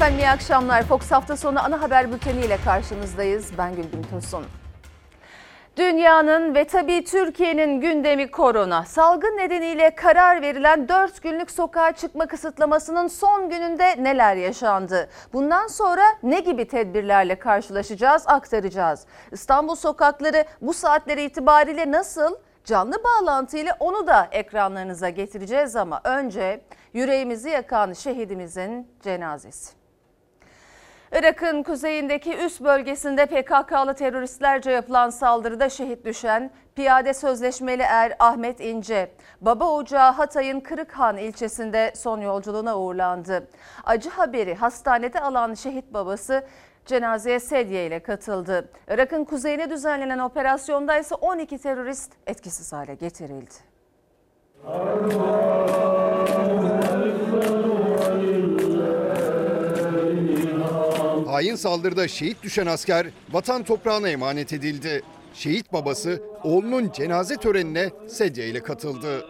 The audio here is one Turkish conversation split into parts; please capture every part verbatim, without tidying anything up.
Efendim iyi akşamlar. Fox hafta sonu ana haber bülteniyle karşınızdayız. Ben Gülbin Tosun. Dünyanın ve tabii Türkiye'nin gündemi korona. Salgın nedeniyle karar verilen dört günlük sokağa çıkma kısıtlamasının son gününde neler yaşandı? Bundan sonra ne gibi tedbirlerle karşılaşacağız, aktaracağız. İstanbul sokakları bu saatleri itibariyle nasıl? Canlı bağlantıyla onu da ekranlarınıza getireceğiz ama önce yüreğimizi yakan şehidimizin cenazesi. Irak'ın kuzeyindeki üst bölgesinde P K K'lı teröristlerce yapılan saldırıda şehit düşen piyade sözleşmeli er Ahmet İnce, baba ocağı Hatay'ın Kırıkhan ilçesinde son yolculuğuna uğurlandı. Acı haberi hastanede alan şehit babası cenazeye sedye ile katıldı. Irak'ın kuzeyine düzenlenen operasyonda ise on iki terörist etkisiz hale getirildi. Hain saldırıda şehit düşen asker vatan toprağına emanet edildi. Şehit babası oğlunun cenaze törenine sedye ile katıldı.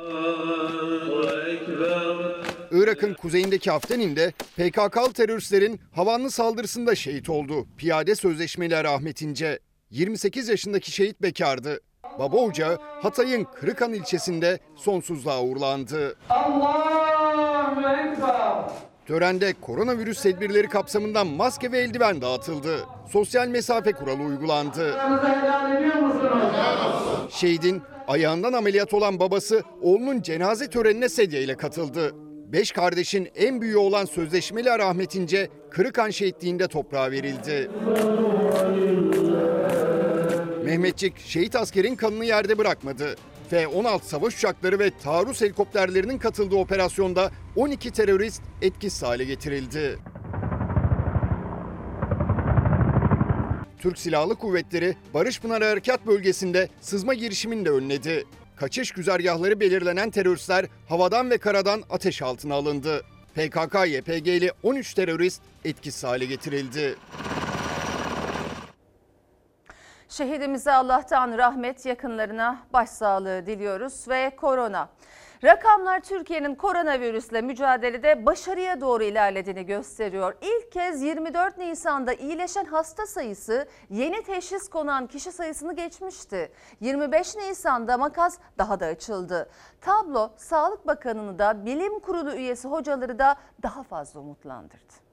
Irak'ın kuzeyindeki Afdenin'de P K K'lı teröristlerin havanlı saldırısında şehit oldu. Piyade sözleşmeli er Ahmet İnce. yirmi sekiz yaşındaki şehit bekardı. Baba ocağı Hatay'ın Kırıkhan ilçesinde sonsuzluğa uğurlandı. Allahu Ekber. Törende koronavirüs tedbirleri kapsamından maske ve eldiven dağıtıldı. Sosyal mesafe kuralı uygulandı. Şehidin ayağından ameliyat olan babası oğlunun cenaze törenine sedyeyle katıldı. Beş kardeşin en büyüğü olan sözleşmeli er Ahmet İnce, Kırıkhan şehitliğinde toprağa verildi. Mehmetçik şehit askerin kanını yerde bırakmadı. F on altı savaş uçakları ve taarruz helikopterlerinin katıldığı operasyonda on iki terörist etkisiz hale getirildi. Türk Silahlı Kuvvetleri Barışpınar Harekat Bölgesi'nde sızma girişimini de önledi. Kaçış güzergahları belirlenen teröristler havadan ve karadan ateş altına alındı. P K K Y P G'li on üç terörist etkisiz hale getirildi. Şehidimize Allah'tan rahmet, yakınlarına başsağlığı diliyoruz ve korona. Rakamlar Türkiye'nin koronavirüsle mücadelede başarıya doğru ilerlediğini gösteriyor. İlk kez yirmi dört Nisan'da iyileşen hasta sayısı yeni teşhis konan kişi sayısını geçmişti. yirmi beş Nisan'da makas daha da açıldı. Tablo Sağlık Bakanı'nı da bilim kurulu üyesi hocaları da daha fazla umutlandırdı.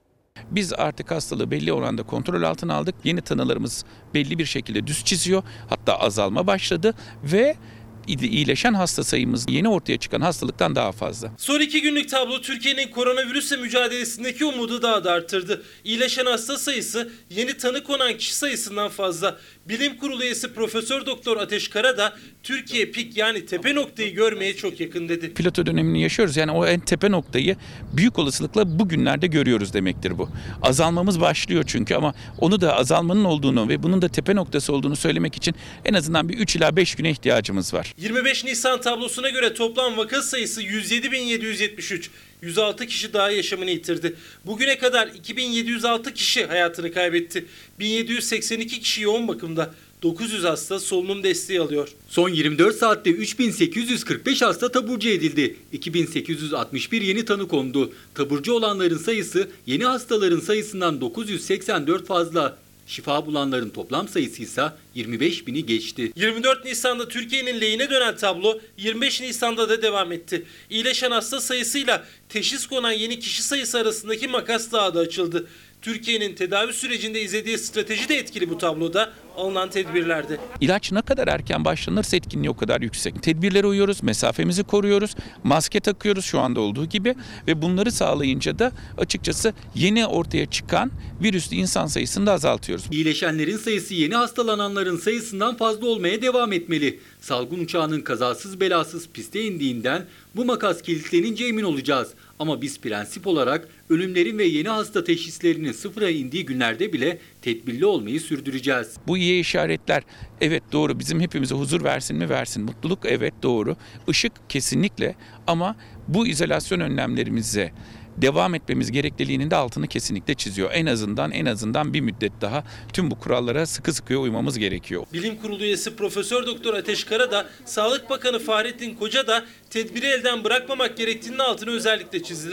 Biz artık hastalığı belli oranda kontrol altına aldık. Yeni tanılarımız belli bir şekilde düz çiziyor. Hatta azalma başladı ve iyileşen hasta sayımız yeni ortaya çıkan hastalıktan daha fazla. Son iki günlük tablo Türkiye'nin koronavirüsle mücadelesindeki umudu daha da arttırdı. İyileşen hasta sayısı yeni tanı konan kişi sayısından fazla. Bilim Kurulu üyesi Profesör Doktor Ateş Kara da Türkiye pik yani tepe noktayı görmeye çok yakın dedi. Plato dönemini yaşıyoruz. Yani o en tepe noktayı büyük olasılıkla bugünlerde görüyoruz demektir bu. Azalmamız başlıyor çünkü ama onu da azalmanın olduğunu ve bunun da tepe noktası olduğunu söylemek için en azından bir üç ila beş güne ihtiyacımız var. yirmi beş Nisan tablosuna göre toplam vaka sayısı yüz yedi bin yedi yüz yetmiş üç. yüz altı kişi daha yaşamını yitirdi. Bugüne kadar iki bin yedi yüz altı kişi hayatını kaybetti. bin yedi yüz seksen iki kişi yoğun bakımda. dokuz yüz hasta solunum desteği alıyor. Son yirmi dört saatte üç bin sekiz yüz kırk beş hasta taburcu edildi. iki bin sekiz yüz altmış bir yeni tanı kondu. Taburcu olanların sayısı yeni hastaların sayısından dokuz yüz seksen dört fazla. Şifa bulanların toplam sayısı ise yirmi beş bini geçti. yirmi dört Nisan'da Türkiye'nin lehine dönen tablo yirmi beş Nisan'da da devam etti. İyileşen hasta sayısıyla teşhis konan yeni kişi sayısı arasındaki makas daha da açıldı. Türkiye'nin tedavi sürecinde izlediği strateji de etkili bu tabloda, alınan tedbirlerde. İlaç ne kadar erken başlanırsa etkinliği o kadar yüksek. Tedbirlere uyuyoruz, mesafemizi koruyoruz, maske takıyoruz şu anda olduğu gibi ve bunları sağlayınca da açıkçası yeni ortaya çıkan virüslü insan sayısını da azaltıyoruz. İyileşenlerin sayısı yeni hastalananların sayısından fazla olmaya devam etmeli. Salgın uçağının kazasız belasız piste indiğinden bu makas kilitlenince emin olacağız. Ama biz prensip olarak ölümlerin ve yeni hasta teşhislerinin sıfıra indiği günlerde bile tedbirli olmayı sürdüreceğiz. Bu iyi işaretler evet doğru, bizim hepimize huzur versin mi versin, mutluluk evet doğru, ışık kesinlikle, ama bu izolasyon önlemlerimize devam etmemiz gerekliliğinin de altını kesinlikle çiziyor. En azından en azından bir müddet daha tüm bu kurallara sıkı sıkıya uymamız gerekiyor. Bilim Kurulu üyesi Profesör Doktor Ateş Kara da Sağlık Bakanı Fahrettin Koca da tedbiri elden bırakmamak gerektiğinin altını özellikle çizdiler.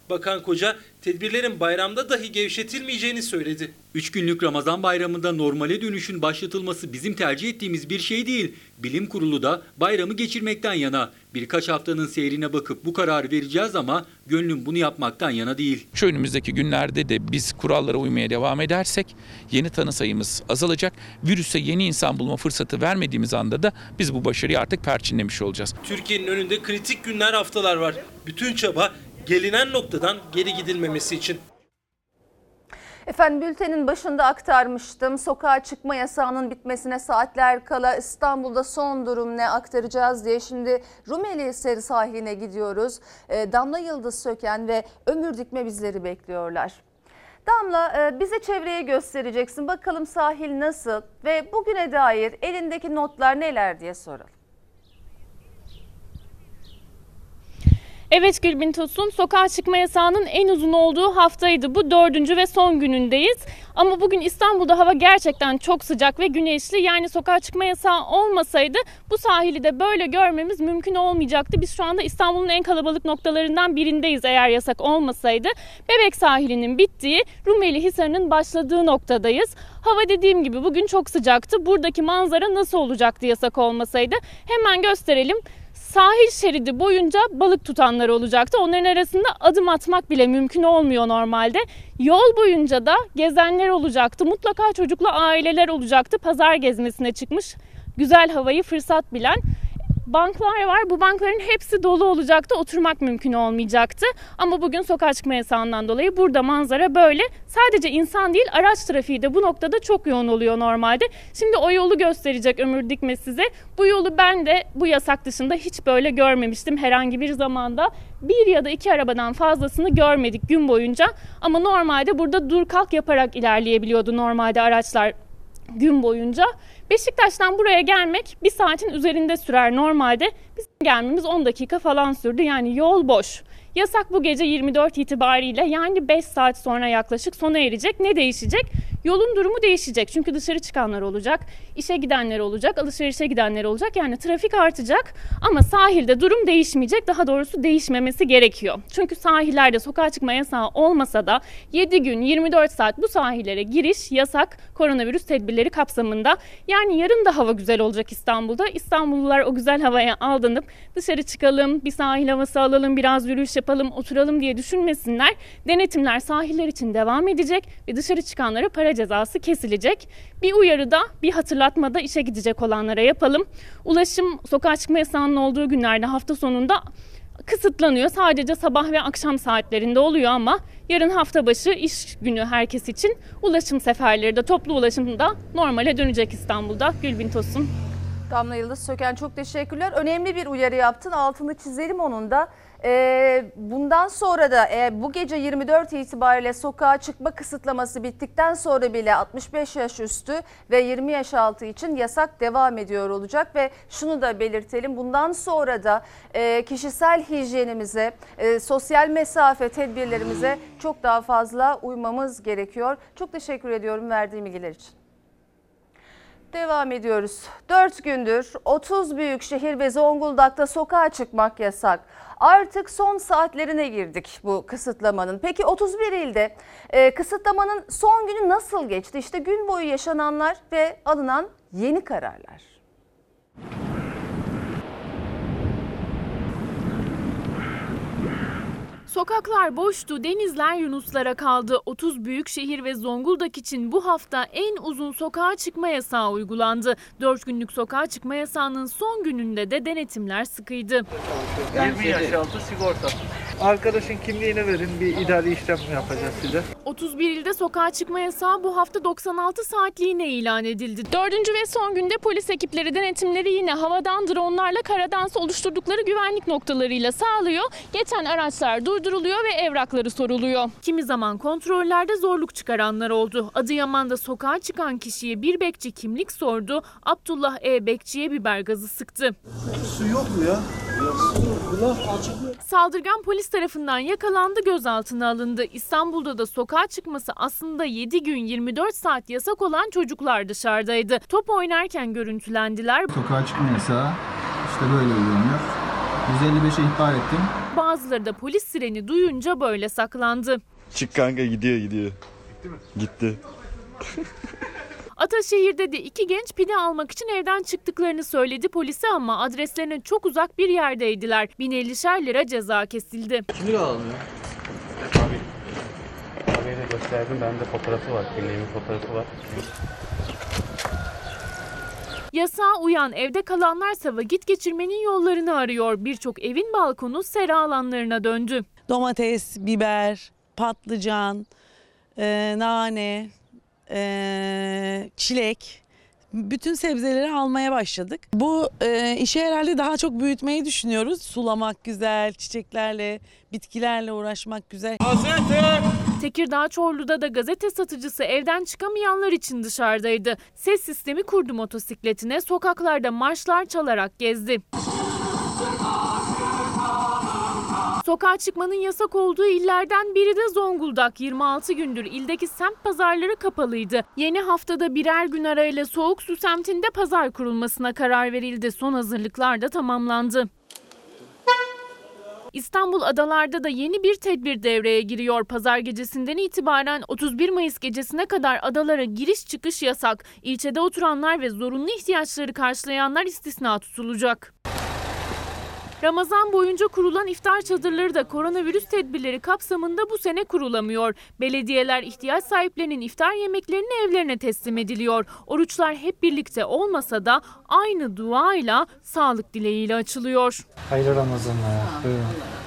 Bakan Koca tedbirlerin bayramda dahi gevşetilmeyeceğini söyledi. Üç günlük Ramazan bayramında normale dönüşün başlatılması bizim tercih ettiğimiz bir şey değil. Bilim Kurulu da bayramı geçirmekten yana. Birkaç haftanın seyrine bakıp bu kararı vereceğiz ama gönlüm bunu yapmaktan yana değil. Şu önümüzdeki günlerde de biz kurallara uymaya devam edersek yeni tanı sayımız azalacak. Virüse yeni insan bulma fırsatı vermediğimiz anda da biz bu başarıyı artık perçinlemiş olacağız. Türkiye'nin önünde kritik günler, haftalar var. Bütün çaba gelinen noktadan geri gidilmemesi için. Efendim bültenin başında aktarmıştım. Sokağa çıkma yasağının bitmesine saatler kala İstanbul'da son durum ne aktaracağız diye şimdi Rumeli Hisarı sahiline gidiyoruz. Damla Yıldız Söken ve Ömür Dikme bizleri bekliyorlar. Damla, bize çevreyi göstereceksin. Bakalım sahil nasıl ve bugüne dair elindeki notlar neler diye soralım. Evet Gülbin Tosun, sokağa çıkma yasağının en uzun olduğu haftaydı. Bu dördüncü ve son günündeyiz. Ama bugün İstanbul'da hava gerçekten çok sıcak ve güneşli. Yani sokağa çıkma yasağı olmasaydı bu sahili de böyle görmemiz mümkün olmayacaktı. Biz şu anda İstanbul'un en kalabalık noktalarından birindeyiz eğer yasak olmasaydı. Bebek sahilinin bittiği, Rumeli Hisarı'nın başladığı noktadayız. Hava dediğim gibi bugün çok sıcaktı. Buradaki manzara nasıl olacaktı yasak olmasaydı? Hemen gösterelim. Sahil şeridi boyunca balık tutanlar olacaktı. Onların arasında adım atmak bile mümkün olmuyor normalde. Yol boyunca da gezenler olacaktı. Mutlaka çocuklu aileler olacaktı. Pazar gezmesine çıkmış, güzel havayı fırsat bilen. Banklar var. Bu bankların hepsi dolu olacaktı. Oturmak mümkün olmayacaktı. Ama bugün sokağa çıkma yasağından dolayı burada manzara böyle. Sadece insan değil, araç trafiği de bu noktada çok yoğun oluyor normalde. Şimdi o yolu gösterecek Ömür Dikme size. Bu yolu ben de bu yasak dışında hiç böyle görmemiştim herhangi bir zamanda. Bir ya da iki arabadan fazlasını görmedik gün boyunca. Ama normalde burada dur kalk yaparak ilerleyebiliyordu normalde araçlar gün boyunca. Beşiktaş'tan buraya gelmek bir saatin üzerinde sürer normalde. Bizim gelmemiz on dakika falan sürdü. Yani yol boş. Yasak bu gece yirmi dört itibariyle yani beş saat sonra yaklaşık sona erecek. Ne değişecek? Yolun durumu değişecek. Çünkü dışarı çıkanlar olacak, işe gidenler olacak, alışverişe gidenler olacak. Yani trafik artacak ama sahilde durum değişmeyecek. Daha doğrusu değişmemesi gerekiyor. Çünkü sahillerde sokağa çıkma yasağı olmasa da yedi gün yirmi dört saat bu sahillere giriş yasak koronavirüs tedbirleri kapsamında. Yani yarın da hava güzel olacak İstanbul'da. İstanbullular o güzel havaya aldanıp dışarı çıkalım, bir sahil havası alalım, biraz yürüyüş yapalım, oturalım diye düşünmesinler. Denetimler sahiller için devam edecek ve dışarı çıkanlara para cezası kesilecek. Bir uyarı da bir hatırlatma da işe gidecek olanlara yapalım. Ulaşım sokağa çıkma yasağının olduğu günlerde hafta sonunda kısıtlanıyor. Sadece sabah ve akşam saatlerinde oluyor ama yarın hafta başı iş günü herkes için ulaşım seferleri de toplu ulaşımda normale dönecek İstanbul'da. Gülbin Tosun. Damla Yıldız Söken çok teşekkürler. Önemli bir uyarı yaptın. Altını çizelim onun da. Ee, bundan sonra da e, bu gece yirmi dört itibariyle sokağa çıkma kısıtlaması bittikten sonra bile altmış beş yaş üstü ve yirmi yaş altı için yasak devam ediyor olacak ve şunu da belirtelim. Bundan sonra da e, kişisel hijyenimize, e, sosyal mesafe tedbirlerimize çok daha fazla uymamız gerekiyor. Çok teşekkür ediyorum verdiğim bilgiler için. Devam ediyoruz. dört gündür otuz büyük şehir ve Zonguldak'ta sokağa çıkmak yasak. Artık son saatlerine girdik bu kısıtlamanın. Peki otuz bir ilde e, kısıtlamanın son günü nasıl geçti? İşte gün boyu yaşananlar ve alınan yeni kararlar. Sokaklar boştu, denizler yunuslara kaldı. otuz büyük şehir ve Zonguldak için bu hafta en uzun sokağa çıkma yasağı uygulandı. dört günlük sokağa çıkma yasağının son gününde de denetimler sıkıydı. yirmi yaş altı sigorta. Arkadaşın kimliğini verin, bir idari işlem yapacağız size. otuz bir ilde sokağa çıkma yasağı bu hafta doksan altı saatliğine ilan edildi. Dördüncü ve son günde polis ekipleri denetimleri yine havadan dronlarla karadansa oluşturdukları güvenlik noktalarıyla sağlıyor. Geçen araçlar durduruluyor ve evrakları soruluyor. Kimi zaman kontrollerde zorluk çıkaranlar oldu. Adıyaman'da sokağa çıkan kişiye bir bekçi kimlik sordu. Abdullah E. bekçiye biber gazı sıktı. Su yok mu ya? Saldırgan polis tarafından yakalandı, gözaltına alındı. İstanbul'da da sokağa çıkması aslında yedi gün yirmi dört saat yasak olan çocuklar dışarıdaydı. Top oynarken görüntülendiler. Sokağa çıkma yasağı işte böyle uygulanıyor. yüz elli beşe ihbar ettim. bazıları da polis sireni duyunca böyle saklandı. Çık kanka, gidiyor gidiyor. Gitti mi? Gitti. Ataşehir'de de iki genç pide almak için evden çıktıklarını söyledi polise ama adreslerine çok uzak bir yerdeydiler. bin ellişer lira ceza kesildi. Kim lira almıyor? Abi, abiye de gösterdim. Bende fotoğrafı var. Kimliğimin fotoğrafı var. Yasağa uyan evde kalanlarsa vakit geçirmenin yollarını arıyor. Birçok evin balkonu sera alanlarına döndü. Domates, biber, patlıcan, e, nane, e, çilek, bütün sebzeleri almaya başladık. Bu e, işi herhalde daha çok büyütmeyi düşünüyoruz. Sulamak güzel, çiçeklerle, bitkilerle uğraşmak güzel. Tekirdağ Çorlu'da da gazete satıcısı evden çıkamayanlar için dışarıdaydı. Ses sistemi kurdu motosikletine, sokaklarda marşlar çalarak gezdi. Sokağa çıkmanın yasak olduğu illerden biri de Zonguldak. yirmi altı gündür ildeki semt pazarları kapalıydı. Yeni haftada birer gün arayla Soğuksu semtinde pazar kurulmasına karar verildi. Son hazırlıklar da tamamlandı. İstanbul Adalar'da da yeni bir tedbir devreye giriyor. Pazar gecesinden itibaren otuz bir Mayıs gecesine kadar adalara giriş çıkış yasak. İlçede oturanlar ve zorunlu ihtiyaçları karşılayanlar istisna tutulacak. Ramazan boyunca kurulan iftar çadırları da koronavirüs tedbirleri kapsamında bu sene kurulamıyor. Belediyeler ihtiyaç sahiplerinin iftar yemeklerini evlerine teslim ediliyor. Oruçlar hep birlikte olmasa da aynı duayla, sağlık dileğiyle açılıyor. Hayırlı Ramazanlar. Buyurun.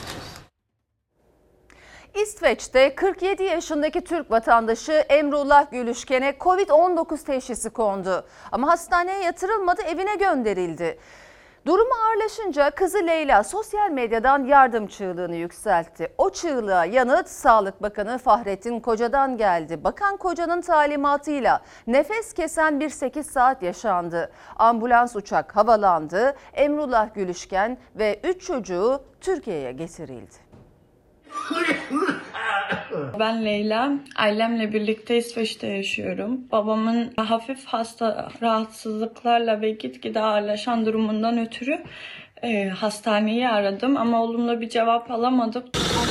İsveç'te kırk yedi yaşındaki Türk vatandaşı Emrullah Gülüşken'e kovid on dokuz teşhisi kondu. Ama hastaneye yatırılmadı, evine gönderildi. Durumu ağırlaşınca kızı Leyla sosyal medyadan yardım çığlığını yükseltti. O çığlığa yanıt Sağlık Bakanı Fahrettin Koca'dan geldi. Bakan Koca'nın talimatıyla nefes kesen bir sekiz saat yaşandı. Ambulans uçak havalandı. Emrullah Gülüşken ve üç çocuğu Türkiye'ye getirildi. Ben Leyla, ailemle birlikte İsveç'te yaşıyorum. Babamın hafif hasta rahatsızlıklarla ve gitgide ağırlaşan durumundan ötürü e, hastaneyi aradım ama olumlu bir cevap alamadım.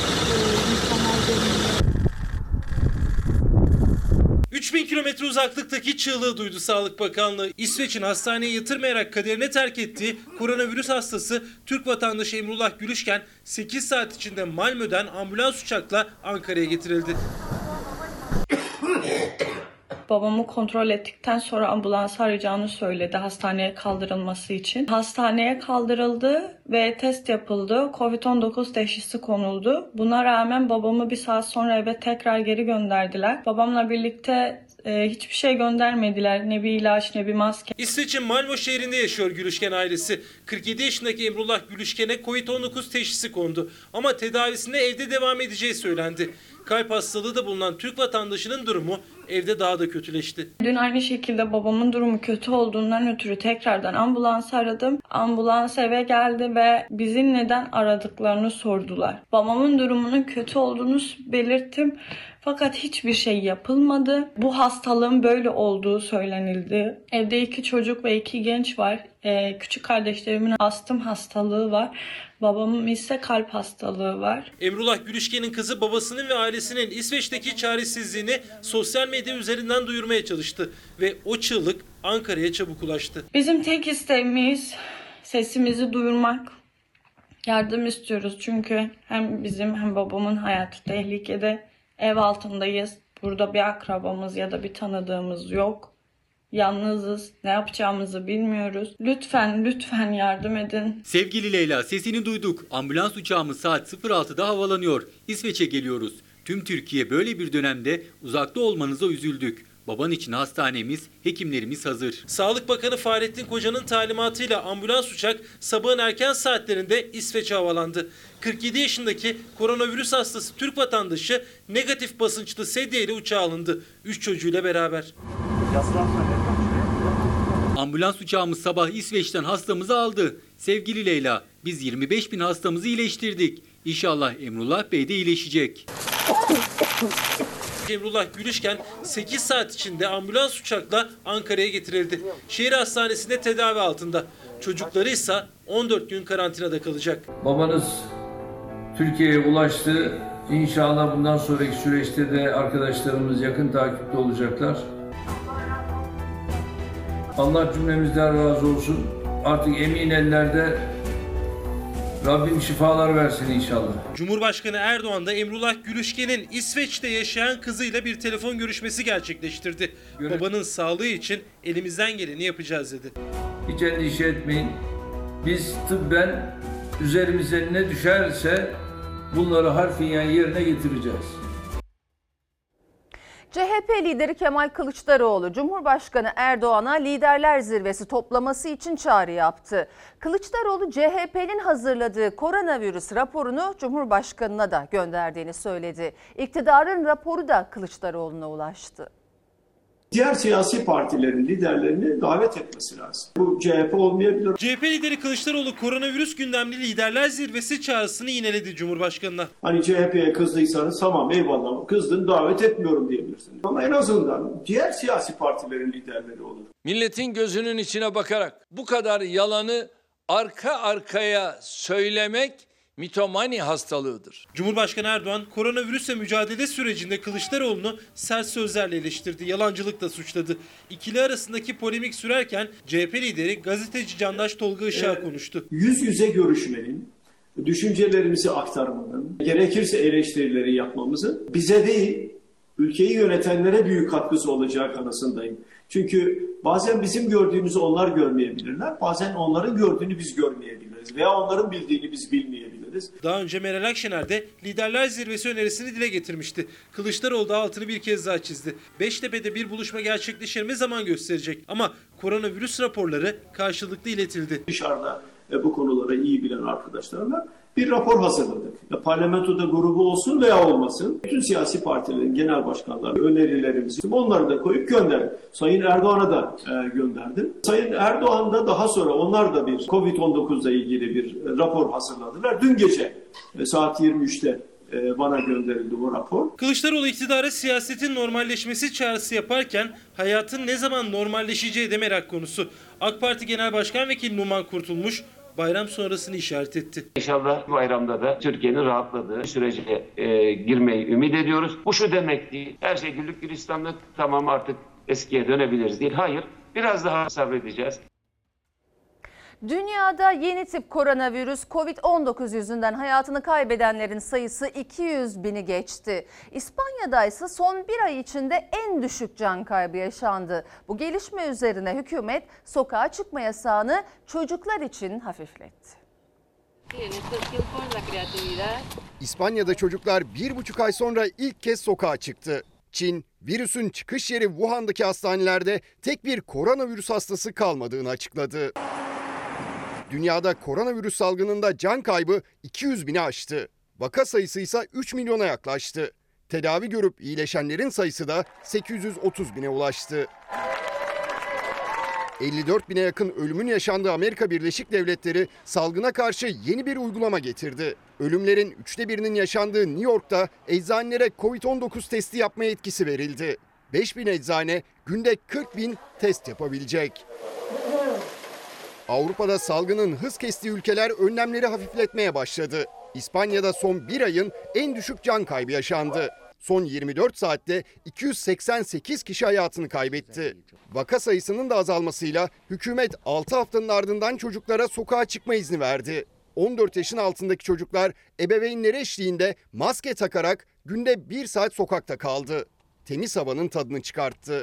üç bin kilometre uzaklıktaki çığlığı duydu Sağlık Bakanlığı. İsveç'in hastaneye yatırmayarak kaderine terk ettiği koronavirüs hastası Türk vatandaşı Emrullah Gülüşken sekiz saat içinde Malmö'den ambulans uçakla Ankara'ya getirildi. Babamı kontrol ettikten sonra ambulans arayacağını söyledi hastaneye kaldırılması için. Hastaneye kaldırıldı ve test yapıldı. kovid on dokuz teşhisi konuldu. Buna rağmen babamı bir saat sonra eve tekrar geri gönderdiler. Babamla birlikte e, hiçbir şey göndermediler. Ne bir ilaç ne bir maske. İsveç'in Malmö şehrinde yaşıyor Gülüşken ailesi. kırk yedi yaşındaki Emrullah Gülüşken'e kovid on dokuz teşhisi kondu. Ama tedavisine evde devam edeceği söylendi. Kalp hastalığı da bulunan Türk vatandaşının durumu evde daha da kötüleşti. Dün aynı şekilde babamın durumu kötü olduğundan ötürü tekrardan ambulans aradım. Ambulans eve geldi ve bizi neden aradıklarını sordular. Babamın durumunun kötü olduğunu belirttim. Fakat hiçbir şey yapılmadı. Bu hastalığın böyle olduğu söylenildi. Evde iki çocuk ve iki genç var. Ee, küçük kardeşlerimin astım hastalığı var. Babamın ise kalp hastalığı var. Emrullah Gülüşken'in kızı babasının ve ailesinin İsveç'teki çaresizliğini sosyal medya üzerinden duyurmaya çalıştı. Ve o çığlık Ankara'ya çabuk ulaştı. Bizim tek isteğimiz sesimizi duyurmak. Yardım istiyoruz çünkü hem bizim hem babamın hayatı tehlikede. Ev altındayız. Burada bir akrabamız ya da bir tanıdığımız yok. Yalnızız. Ne yapacağımızı bilmiyoruz. Lütfen, lütfen yardım edin. Sevgili Leyla, sesini duyduk. Ambulans uçağımız saat sıfır altıda havalanıyor. İsveç'e geliyoruz. Tüm Türkiye böyle bir dönemde uzakta olmanıza üzüldük. Baban için hastanemiz, hekimlerimiz hazır. Sağlık Bakanı Fahrettin Koca'nın talimatıyla ambulans uçak sabahın erken saatlerinde İsveç'e havalandı. kırk yedi yaşındaki koronavirüs hastası Türk vatandaşı negatif basınçlı sedye ile uçağa alındı. üç çocuğuyla beraber. Ambulans uçağımız sabah İsveç'ten hastamızı aldı. Sevgili Leyla, biz yirmi beş bin hastamızı iyileştirdik. İnşallah Emrullah Bey de iyileşecek. Emrullah Gülüşken sekiz saat içinde ambulans uçakla Ankara'ya getirildi. Şehir hastanesinde tedavi altında. Çocukları ise on dört gün karantinada kalacak. Babanız Türkiye'ye ulaştı. İnşallah bundan sonraki süreçte de arkadaşlarımız yakın takipte olacaklar. Allah cümlemizden razı olsun. Artık emin ellerde, Rabbim şifalar versin inşallah. Cumhurbaşkanı Erdoğan da Emrullah Gülüşken'in İsveç'te yaşayan kızıyla bir telefon görüşmesi gerçekleştirdi. Göre- Babanın sağlığı için elimizden geleni yapacağız dedi. Hiç endişe etmeyin. Biz tıbben üzerimize ne düşerse bunları harfiyen yerine getireceğiz. C H P lideri Kemal Kılıçdaroğlu, Cumhurbaşkanı Erdoğan'a liderler zirvesi toplaması için çağrı yaptı. Kılıçdaroğlu, C H P'nin hazırladığı koronavirüs raporunu Cumhurbaşkanı'na da gönderdiğini söyledi. İktidarın raporu da Kılıçdaroğlu'na ulaştı. Diğer siyasi partilerin liderlerini davet etmesi lazım. Bu C H P olmayabilir. C H P lideri Kılıçdaroğlu koronavirüs gündemli liderler zirvesi çağrısını yineledi Cumhurbaşkanı'na. Hani C H P'ye kızdıysanız tamam eyvallah kızdın davet etmiyorum diyebilirsiniz. Ama en azından diğer siyasi partilerin liderleri olur. Milletin gözünün içine bakarak bu kadar yalanı arka arkaya söylemek mitomani hastalığıdır. Cumhurbaşkanı Erdoğan koronavirüsle mücadele sürecinde Kılıçdaroğlu'nu sert sözlerle eleştirdi, yalancılıkla suçladı. İkili arasındaki polemik sürerken C H P lideri gazeteci Candaş Tolga Işık'a Ee, konuştu. Yüz yüze görüşmenin, düşüncelerimizi aktarmanın, gerekirse eleştirileri yapmamızın bize değil, ülkeyi yönetenlere büyük katkısı olacağı kanısındayım. Çünkü bazen bizim gördüğümüzü onlar görmeyebilirler, bazen onların gördüğünü biz görmeyebiliriz veya onların bildiğini biz bilmeyebiliriz. Daha önce Meral Akşener de liderler zirvesi önerisini dile getirmişti. Kılıçdaroğlu da altını bir kez daha çizdi. Beştepe'de bir buluşma gerçekleşir mi zaman gösterecek ama koronavirüs raporları karşılıklı iletildi. Dışarıda e, bu konuları iyi bilen arkadaşlarla bir rapor hazırladık. Ya, parlamentoda grubu olsun veya olmasın, bütün siyasi partilerin genel başkanları önerilerimizi onları da koyup gönderdik. Sayın Erdoğan'a da e, gönderdim. Sayın Erdoğan da daha sonra onlar da bir kovid on dokuzla ilgili bir e, rapor hazırladılar. Dün gece e, saat yirmi üçte e, bana gönderildi bu rapor. Kılıçdaroğlu iktidara siyasetin normalleşmesi çağrısı yaparken hayatın ne zaman normalleşeceği de merak konusu. AK Parti Genel Başkan Vekili Numan Kurtulmuş bayram sonrasını işaret etti. İnşallah bayramda da Türkiye'nin rahatladığı sürece e, girmeyi ümit ediyoruz. Bu şu demek değil, her şey güllük gülistanlık, tamam artık eskiye dönebiliriz değil. Hayır, biraz daha sabredeceğiz. Dünyada yeni tip koronavirüs kovid on dokuz yüzünden hayatını kaybedenlerin sayısı iki yüz bini geçti. İspanya'da ise son bir ay içinde en düşük can kaybı yaşandı. Bu gelişme üzerine hükümet sokağa çıkma yasağını çocuklar için hafifletti. İspanya'da çocuklar bir buçuk ay sonra ilk kez sokağa çıktı. Çin, virüsün çıkış yeri Wuhan'daki hastanelerde tek bir koronavirüs hastası kalmadığını açıkladı. Dünyada koronavirüs salgınında can kaybı iki yüz bini aştı. Vaka sayısı ise üç milyona yaklaştı. Tedavi görüp iyileşenlerin sayısı da sekiz yüz otuz bine ulaştı. elli dört bine yakın ölümün yaşandığı Amerika Birleşik Devletleri salgına karşı yeni bir uygulama getirdi. Ölümlerin üçte birinin yaşandığı New York'ta eczanelere kovid on dokuz testi yapma yetkisi verildi. beş bin eczane günde kırk bin test yapabilecek. Avrupa'da salgının hız kestiği ülkeler önlemleri hafifletmeye başladı. İspanya'da son bir ayın en düşük can kaybı yaşandı. Son yirmi dört saatte iki yüz seksen sekiz kişi hayatını kaybetti. Vaka sayısının da azalmasıyla hükümet altı haftanın ardından çocuklara sokağa çıkma izni verdi. on dört yaşın altındaki çocuklar ebeveynleri eşliğinde maske takarak günde bir saat sokakta kaldı. Temiz havanın tadını çıkarttı.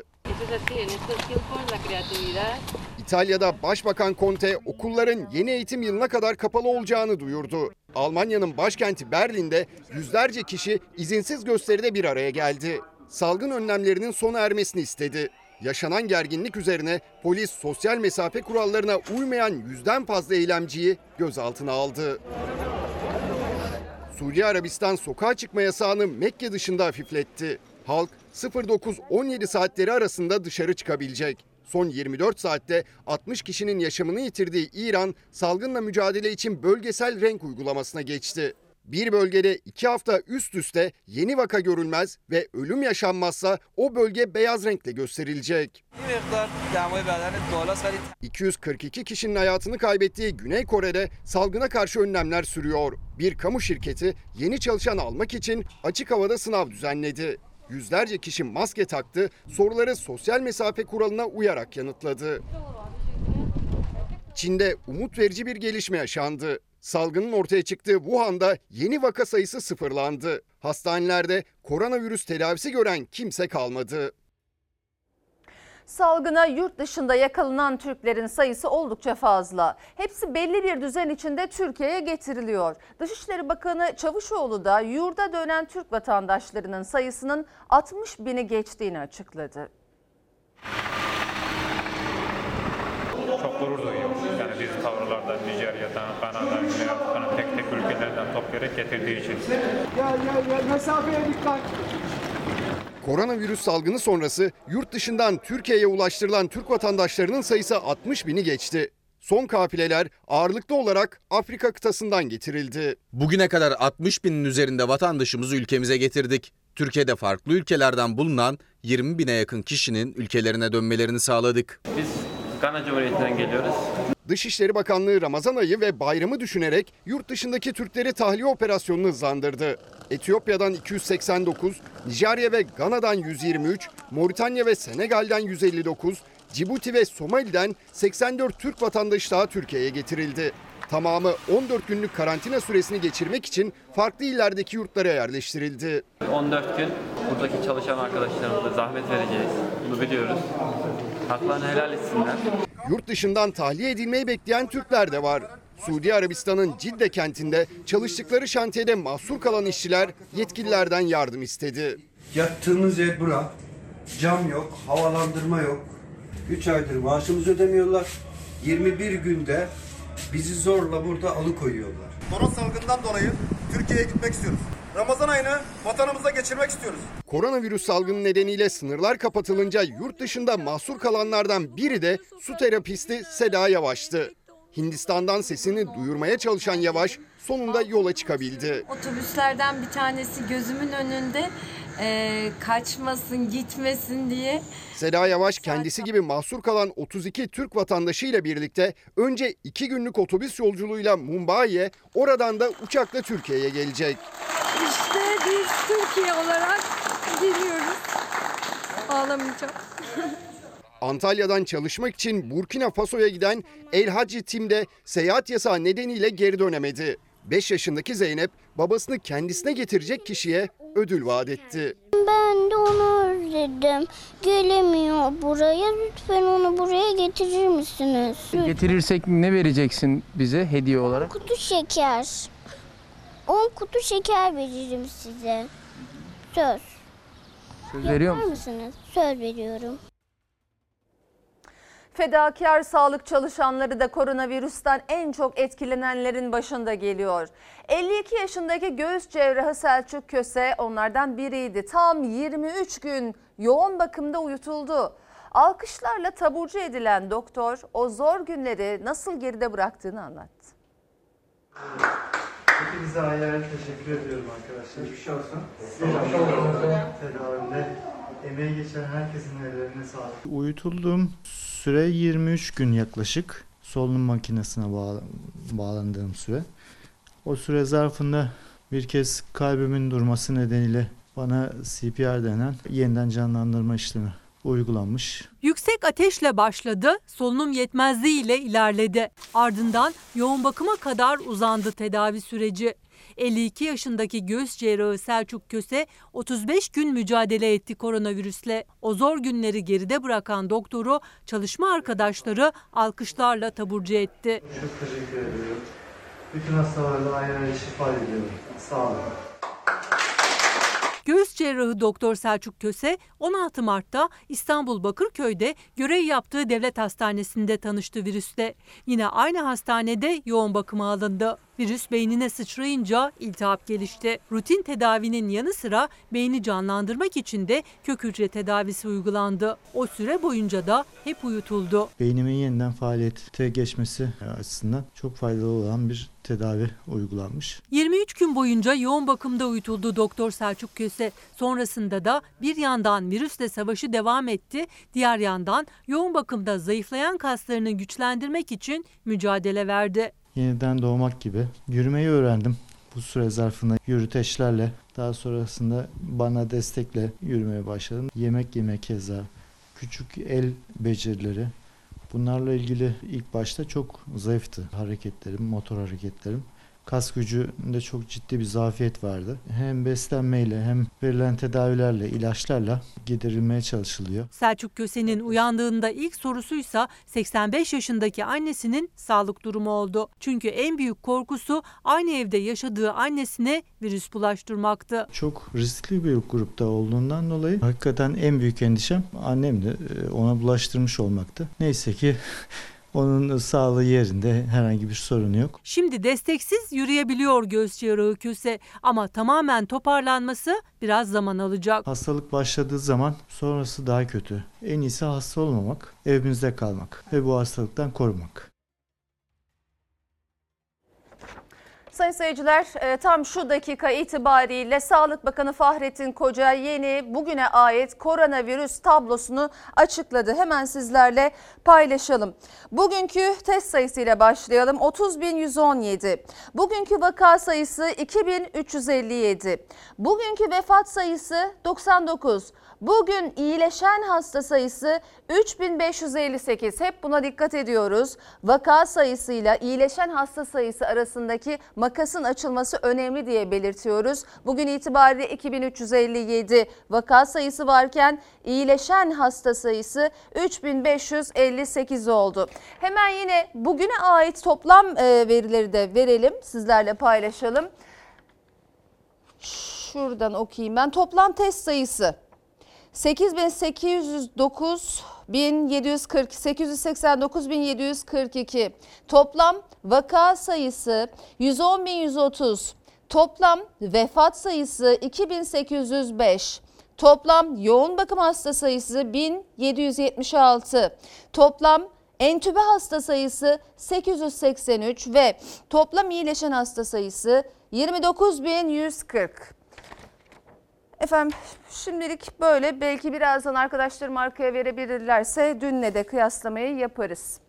İtalya'da Başbakan Conte okulların yeni eğitim yılına kadar kapalı olacağını duyurdu. Almanya'nın başkenti Berlin'de yüzlerce kişi izinsiz gösteride bir araya geldi. Salgın önlemlerinin sona ermesini istedi. Yaşanan gerginlik üzerine polis sosyal mesafe kurallarına uymayan yüzden fazla eylemciyi gözaltına aldı. Suudi Arabistan sokağa çıkma yasağını Mekke dışında hafifletti. Halk dokuz on yedi saatleri arasında dışarı çıkabilecek. Son yirmi dört saatte altmış kişinin yaşamını yitirdiği İran, salgınla mücadele için bölgesel renk uygulamasına geçti. Bir bölgede iki hafta üst üste yeni vaka görülmez ve ölüm yaşanmazsa o bölge beyaz renkle gösterilecek. iki yüz kırk iki kişinin hayatını kaybettiği Güney Kore'de salgına karşı önlemler sürüyor. Bir kamu şirketi yeni çalışan almak için açık havada sınav düzenledi. Yüzlerce kişi maske taktı, soruları sosyal mesafe kuralına uyarak yanıtladı. Çin'de umut verici bir gelişme yaşandı. Salgının ortaya çıktığı Wuhan'da yeni vaka sayısı sıfırlandı. Hastanelerde koronavirüs tedavisi gören kimse kalmadı. Salgına yurt dışında yakalanan Türklerin sayısı oldukça fazla. Hepsi belli bir düzen içinde Türkiye'ye getiriliyor. Dışişleri Bakanı Çavuşoğlu da yurda dönen Türk vatandaşlarının sayısının altmış bini geçtiğini açıkladı. Çok gurur duyuyoruz. Yani biz tavırlardan, Nijerya'dan, Kanada'dan, Güney Afrika'nın tek tek ülkelerden toplayarak getirdiği için. Gel gel gel mesafeye dikkat. Koronavirüs salgını sonrası yurt dışından Türkiye'ye ulaştırılan Türk vatandaşlarının sayısı altmış bini geçti. Son kafileler ağırlıklı olarak Afrika kıtasından getirildi. Bugüne kadar altmış binin üzerinde vatandaşımızı ülkemize getirdik. Türkiye'de farklı ülkelerden bulunan yirmi bine yakın kişinin ülkelerine dönmelerini sağladık. Biz Gana Cumhuriyeti'nden geliyoruz. Dışişleri Bakanlığı Ramazan ayı ve bayramı düşünerek yurt dışındaki Türkleri tahliye operasyonunu hızlandırdı. Etiyopya'dan iki yüz seksen dokuz, Nijerya ve Gana'dan yüz yirmi üç, Moritanya ve Senegal'den yüz elli dokuz, Cibuti ve Somali'den seksen dört Türk vatandaşı daha Türkiye'ye getirildi. Tamamı on dört günlük karantina süresini geçirmek için farklı illerdeki yurtlara yerleştirildi. on dört gün buradaki çalışan arkadaşlarımıza zahmet vereceğiz. Bunu biliyoruz. Haklarını helal etsinler. Yurt dışından tahliye edilmeyi bekleyen Türkler de var. Suudi Arabistan'ın Cidde kentinde çalıştıkları şantiyede mahsur kalan işçiler yetkililerden yardım istedi. Yattığımız yer bura. Cam yok, havalandırma yok. üç aydır maaşımızı ödemiyorlar. yirmi bir günde bizi zorla burada alıkoyuyorlar. Korona salgından dolayı Türkiye'ye gitmek istiyoruz. Ramazan ayını vatanımıza geçirmek istiyoruz. Koronavirüs salgını nedeniyle sınırlar kapatılınca yurt dışında mahsur kalanlardan biri de su terapisti Seda Yavaş'tı. Hindistan'dan sesini duyurmaya çalışan Yavaş sonunda yola çıkabildi. Otobüslerden bir tanesi gözümün önünde e, kaçmasın, gitmesin diye. Seda Yavaş kendisi gibi mahsur kalan otuz iki Türk vatandaşıyla birlikte önce iki günlük otobüs yolculuğuyla Mumbai'ye, oradan da uçakla Türkiye'ye gelecek. İşte biz Türkiye olarak geliyoruz. Ağlamayacağım. Antalya'dan çalışmak için Burkina Faso'ya giden El Hacı Tim de seyahat yasağı nedeniyle geri dönemedi. beş yaşındaki Zeynep babasını kendisine getirecek kişiye ödül vaat etti. Ben de onu özledim. Gelemiyor buraya. Lütfen onu buraya getirir misiniz? Getirirsek ne vereceksin bize hediye olarak? Kutu şeker. on kutu şeker veririm size. Söz. Söz veriyor musun? musunuz? Söz veriyorum. Fedakar sağlık çalışanları da koronavirüsten en çok etkilenenlerin başında geliyor. elli iki yaşındaki göğüs cerrahı Selçuk Köse onlardan biriydi. Tam yirmi üç gün yoğun bakımda uyutuldu. Alkışlarla taburcu edilen doktor o zor günleri nasıl geride bıraktığını anlattı. Hepinize ayrı ayrı teşekkür ediyorum arkadaşlar. Geçmiş olsun. Tedavide emeği geçen herkesin ellerine sağlık. Uyutulduğum süre yirmi üç gün yaklaşık. Solunum makinesine bağ bağlandığım süre. O süre zarfında bir kez kalbimin durması nedeniyle bana C P R denen yeniden canlandırma işlemi uygulanmış. Yüksek ateşle başladı, solunum yetmezliği ile ilerledi. Ardından yoğun bakıma kadar uzandı tedavi süreci. elli iki yaşındaki göğüs cerrahı Selçuk Köse otuz beş gün mücadele etti koronavirüsle. O zor günleri geride bırakan doktoru çalışma arkadaşları alkışlarla taburcu etti. Çok teşekkür ediyorum. Bütün hastalara ayrı ayrı şifa diliyorum. Sağ olun. Göğüs cerrahı Doktor Selçuk Köse on altı Mart'ta İstanbul Bakırköy'de görev yaptığı devlet hastanesinde tanıştı virüsle. Yine aynı hastanede yoğun bakıma alındı. Virüs beynine sıçrayınca iltihap gelişti. Rutin tedavinin yanı sıra beyni canlandırmak için de kök hücre tedavisi uygulandı. O süre boyunca da hep uyutuldu. Beynimin yeniden faaliyete geçmesi açısından çok faydalı olan bir tedavi uygulanmış. yirmi üç gün boyunca yoğun bakımda uyutuldu Doktor Selçuk Köse. Sonrasında da bir yandan virüsle savaşı devam etti, diğer yandan yoğun bakımda zayıflayan kaslarını güçlendirmek için mücadele verdi. Yeniden doğmak gibi yürümeyi öğrendim. Bu süre zarfında yürüteçlerle, daha sonrasında bana destekle yürümeye başladım. Yemek yemek keza, küçük el becerileri. Bunlarla ilgili ilk başta çok zayıftı hareketlerim, motor hareketlerim. Kas gücünde çok ciddi bir zafiyet vardı. Hem beslenmeyle hem verilen tedavilerle, ilaçlarla giderilmeye çalışılıyor. Selçuk Köse'nin uyandığında ilk sorusuysa seksen beş yaşındaki annesinin sağlık durumu oldu. Çünkü en büyük korkusu aynı evde yaşadığı annesine virüs bulaştırmaktı. Çok riskli bir grupta olduğundan dolayı hakikaten en büyük endişem annemdi. Ona bulaştırmış olmaktı. Neyse ki onun sağlığı yerinde, herhangi bir sorunu yok. Şimdi desteksiz yürüyebiliyor göğüs cerrahı Köse ama tamamen toparlanması biraz zaman alacak. Hastalık başladığı zaman sonrası daha kötü. En iyisi hasta olmamak, evimizde kalmak ve bu hastalıktan korunmak. Sayın seyirciler, tam şu dakika itibariyle Sağlık Bakanı Fahrettin Koca yeni bugüne ait koronavirüs tablosunu açıkladı. Hemen sizlerle paylaşalım. Bugünkü test sayısıyla başlayalım. otuz bin yüz on yedi. Bugünkü vaka sayısı iki bin üç yüz elli yedi. Bugünkü vefat sayısı doksan dokuz. Bugün iyileşen hasta sayısı üç bin beş yüz elli sekiz. Hep buna dikkat ediyoruz. Vaka sayısıyla iyileşen hasta sayısı arasındaki makasın açılması önemli diye belirtiyoruz. Bugün itibariyle iki bin üç yüz elli yedi vaka sayısı varken iyileşen hasta sayısı üç bin beş yüz elli sekiz oldu. Hemen yine bugüne ait toplam verileri de verelim, sizlerle paylaşalım. Şuradan okuyayım ben. Toplam test sayısı sekiz bin sekiz yüz dokuz bin yedi yüz kırk, sekiz yüz seksen dokuz bin yedi yüz kırk iki. Toplam vaka sayısı yüz on bin yüz otuz. Toplam vefat sayısı iki bin sekiz yüz beş. Toplam yoğun bakım hasta sayısı bin yedi yüz yetmiş altı. Toplam entübe hasta sayısı sekiz yüz seksen üç ve toplam iyileşen hasta sayısı yirmi dokuz bin yüz kırk. Efendim şimdilik böyle, belki birazdan arkadaşlarım arkaya verebilirlerse dünle de kıyaslamayı yaparız.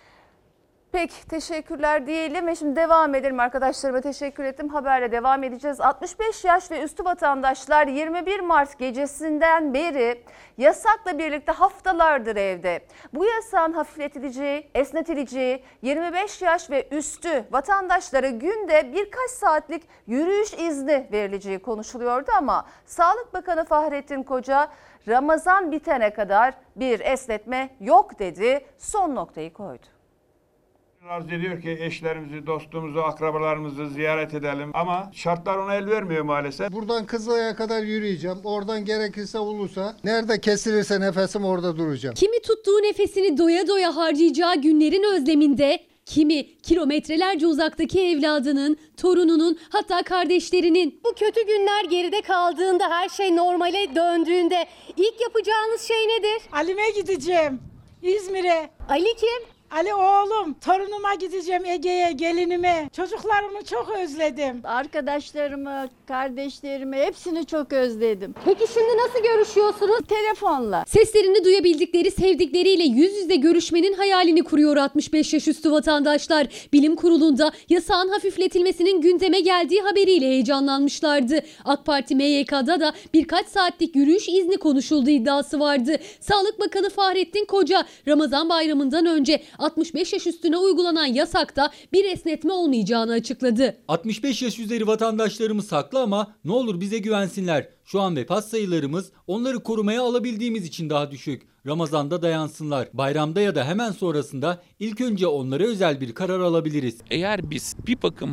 Peki teşekkürler diyelim ve şimdi devam edelim. Arkadaşlarıma teşekkür ettim. Haberle devam edeceğiz. altmış beş yaş ve üstü vatandaşlar yirmi bir Mart gecesinden beri yasakla birlikte haftalardır evde. Bu yasağın hafifletileceği, esnetileceği, yirmi beş yaş ve üstü vatandaşlara günde birkaç saatlik yürüyüş izni verileceği konuşuluyordu ama Sağlık Bakanı Fahrettin Koca Ramazan bitene kadar bir esnetme yok dedi, son noktayı koydu. Arz ediyor ki eşlerimizi, dostumuzu, akrabalarımızı ziyaret edelim ama şartlar ona el vermiyor maalesef. Buradan Kızılay'a kadar yürüyeceğim. Oradan gerekirse Ulus'a. Nerede kesilirse nefesim orada duracağım. Kimi tuttuğu nefesini doya doya harcayacağı günlerin özleminde, kimi kilometrelerce uzaktaki evladının, torununun, hatta kardeşlerinin. Bu kötü günler geride kaldığında, her şey normale döndüğünde ilk yapacağınız şey nedir? Alim'e gideceğim, İzmir'e. Ali kim? Ali oğlum, torunuma gideceğim, Ege'ye, gelinime. Çocuklarımı çok özledim. Arkadaşlarımı, kardeşlerimi hepsini çok özledim. Peki şimdi nasıl görüşüyorsunuz? Telefonla. Seslerini duyabildikleri sevdikleriyle yüz yüze görüşmenin hayalini kuruyor altmış beş yaş üstü vatandaşlar. Bilim Kurulu'nda yasağın hafifletilmesinin gündeme geldiği haberiyle heyecanlanmışlardı. AK Parti M Y K'da da birkaç saatlik yürüyüş izni konuşulduğu iddiası vardı. Sağlık Bakanı Fahrettin Koca, Ramazan bayramından önce altmış beş yaş üstüne uygulanan yasakta bir esnetme olmayacağını açıkladı. altmış beş yaş üzeri vatandaşlarımız haklı ama ne olur bize güvensinler. Şu an vefat sayılarımız onları korumaya alabildiğimiz için daha düşük. Ramazan'da dayansınlar. Bayramda ya da hemen sonrasında ilk önce onlara özel bir karar alabiliriz. Eğer biz bir bakıma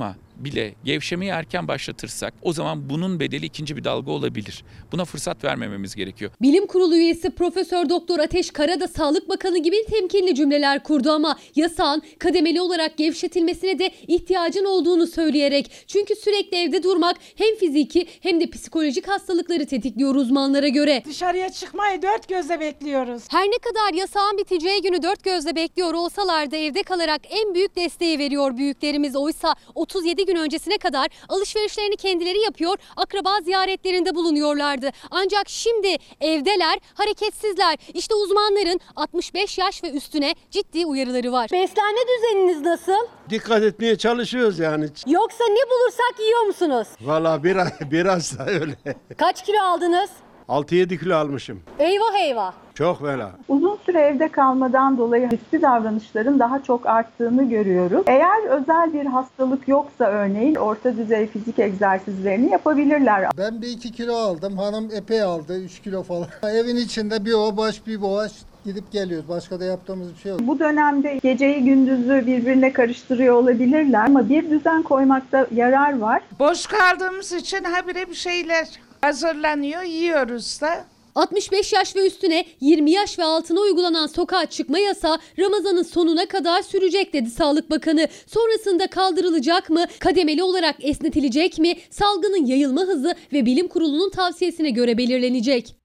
bile gevşemeyi erken başlatırsak o zaman bunun bedeli ikinci bir dalga olabilir. Buna fırsat vermememiz gerekiyor. Bilim Kurulu üyesi Profesör Doktor Ateş Kara da Sağlık Bakanı gibi temkinli cümleler kurdu ama yasağın kademeli olarak gevşetilmesine de ihtiyacın olduğunu söyleyerek. Çünkü sürekli evde durmak hem fiziki hem de psikolojik hastalıkları tetikliyor uzmanlara göre. Dışarıya çıkmayı dört gözle bekliyoruz. Her ne kadar yasağın biteceği günü dört gözle bekliyor olsalar da evde kalarak en büyük desteği veriyor büyüklerimiz. Oysa otuz yedi gün öncesine kadar alışverişlerini kendileri yapıyor, akraba ziyaretlerinde bulunuyorlardı. Ancak şimdi evdeler, hareketsizler. İşte uzmanların altmış beş yaş ve üstüne ciddi uyarıları var. Beslenme düzeniniz nasıl? Dikkat etmeye çalışıyoruz yani. Yoksa ne bulursak yiyor musunuz? Valla biraz, biraz da öyle. Kaç kilo aldınız? altı yedi kilo almışım. Eyvah eyvah. Çok fena. Uzun süre evde kalmadan dolayı riskli davranışların daha çok arttığını görüyoruz. Eğer özel bir hastalık yoksa örneğin orta düzey fizik egzersizlerini yapabilirler. Ben bir iki kilo aldım. Hanım epey aldı. üç kilo falan. Evin içinde bir o baş bir boğaç gidip geliyoruz. Başka da yaptığımız bir şey yok. Bu dönemde geceyi gündüzü birbirine karıştırıyor olabilirler ama bir düzen koymakta yarar var. Boş kaldığımız için habire bir şeyler hazırlanıyor, yiyoruz da. altmış beş yaş ve üstüne yirmi yaş ve altına uygulanan sokağa çıkma yasağı Ramazan'ın sonuna kadar sürecek dedi Sağlık Bakanı. Sonrasında kaldırılacak mı? Kademeli olarak esnetilecek mi? Salgının yayılma hızı ve Bilim Kurulu'nun tavsiyesine göre belirlenecek.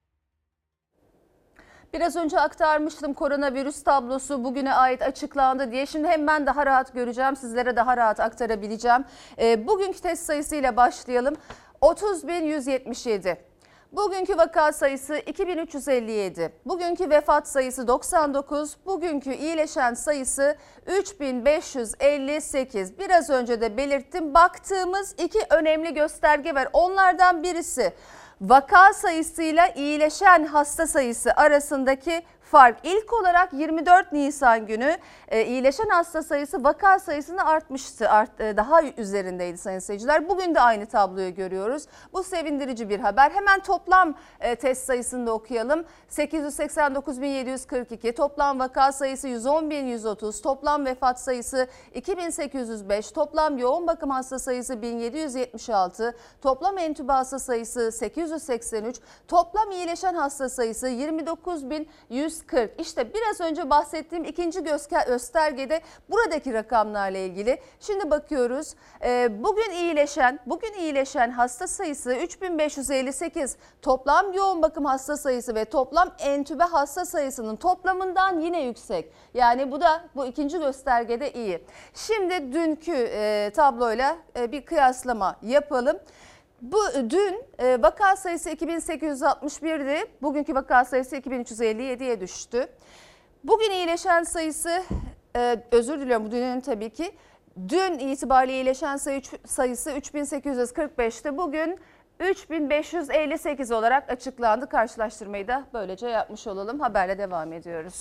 Biraz önce aktarmıştım koronavirüs tablosu bugüne ait açıklandı diye. Şimdi hem ben daha rahat göreceğim, sizlere daha rahat aktarabileceğim. E, bugünkü test sayısıyla başlayalım. otuz bin yüz yetmiş yedi. Bugünkü vaka sayısı iki bin üç yüz elli yedi. Bugünkü vefat sayısı doksan dokuz. Bugünkü iyileşen sayısı üç bin beş yüz elli sekiz. Biraz önce de belirttim. Baktığımız iki önemli gösterge var. Onlardan birisi vaka sayısıyla iyileşen hasta sayısı arasındaki fark. İlk olarak yirmi dört Nisan günü e, iyileşen hasta sayısı vaka sayısını artmıştı. Art, e, daha üzerindeydi sayın seyirciler. Bugün de aynı tabloyu görüyoruz. Bu sevindirici bir haber. Hemen toplam e, test sayısını da okuyalım. sekiz yüz seksen dokuz bin yedi yüz kırk iki, toplam vaka sayısı yüz on bin yüz otuz, toplam vefat sayısı iki bin sekiz yüz beş, toplam yoğun bakım hasta sayısı bin yedi yüz yetmiş altı, toplam entübe hasta sayısı sekiz yüz seksen üç, toplam iyileşen hasta sayısı yirmi dokuz bin yüz kırk. İşte biraz önce bahsettiğim ikinci göstergede buradaki rakamlarla ilgili. Şimdi bakıyoruz. Bugün iyileşen, bugün iyileşen hasta sayısı üç bin beş yüz elli sekiz. Toplam yoğun bakım hasta sayısı ve toplam entübe hasta sayısının toplamından yine yüksek. Yani bu da bu ikinci göstergede iyi. Şimdi dünkü tabloyla bir kıyaslama yapalım. Bu dün e, vaka sayısı iki bin sekiz yüz altmış bir'di. Bugünkü vaka sayısı iki bin üç yüz elli yedi'ye düştü. Bugün iyileşen sayısı, e, özür diliyorum bu dünün tabii ki. Dün itibariyle iyileşen sayı, sayısı üç bin sekiz yüz kırk beş'ti. Bugün üç bin beş yüz elli sekiz olarak açıklandı. Karşılaştırmayı da böylece yapmış olalım. Haberle devam ediyoruz.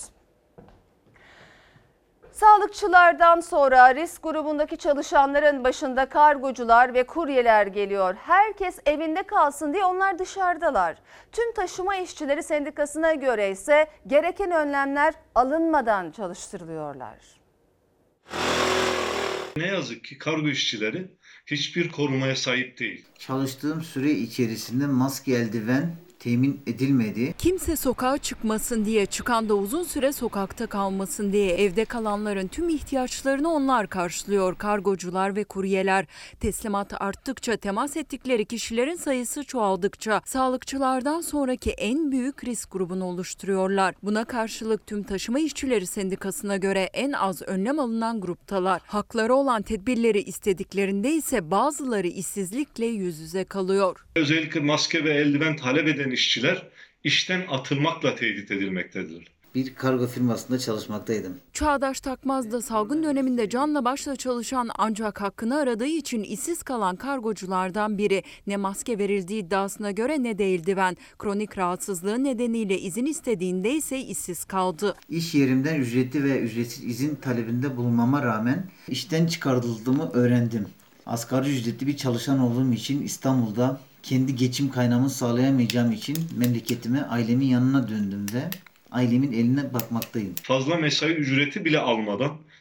Sağlıkçılardan sonra risk grubundaki çalışanların başında kargocular ve kuryeler geliyor. Herkes evinde kalsın diye onlar dışarıdalar. Tüm taşıma işçileri sendikasına göre ise gereken önlemler alınmadan çalıştırılıyorlar. Ne yazık ki kargo işçileri hiçbir korumaya sahip değil. Çalıştığım süre içerisinde maske, eldiven temin edilmedi. Kimse sokağa çıkmasın diye, çıkan da uzun süre sokakta kalmasın diye evde kalanların tüm ihtiyaçlarını onlar karşılıyor. Kargocular ve kuryeler. Teslimat arttıkça, temas ettikleri kişilerin sayısı çoğaldıkça sağlıkçılardan sonraki en büyük risk grubunu oluşturuyorlar. Buna karşılık tüm taşıma işçileri sendikasına göre en az önlem alınan gruptalar. Hakları olan tedbirleri istediklerinde ise bazıları işsizlikle yüz yüze kalıyor. Özellikle maske ve eldiven talep eden işçiler işten atılmakla tehdit edilmektedir. Bir kargo firmasında çalışmaktaydım. Çağdaş Takmaz da salgın döneminde canla başla çalışan ancak hakkını aradığı için işsiz kalan kargoculardan biri. Ne maske verildiği iddiasına göre ne de eldiven. Kronik rahatsızlığı nedeniyle izin istediğinde ise işsiz kaldı. İş yerimden ücretli ve ücretsiz izin talebinde bulunmama rağmen işten çıkarıldığımı öğrendim. Asgari ücretli bir çalışan olduğum için İstanbul'da kendi geçim kaynağımı sağlayamayacağım için memleketime, ailemin yanına döndüm ve ailemin eline bakmaktayım. Fazla mesai ücreti bile almadan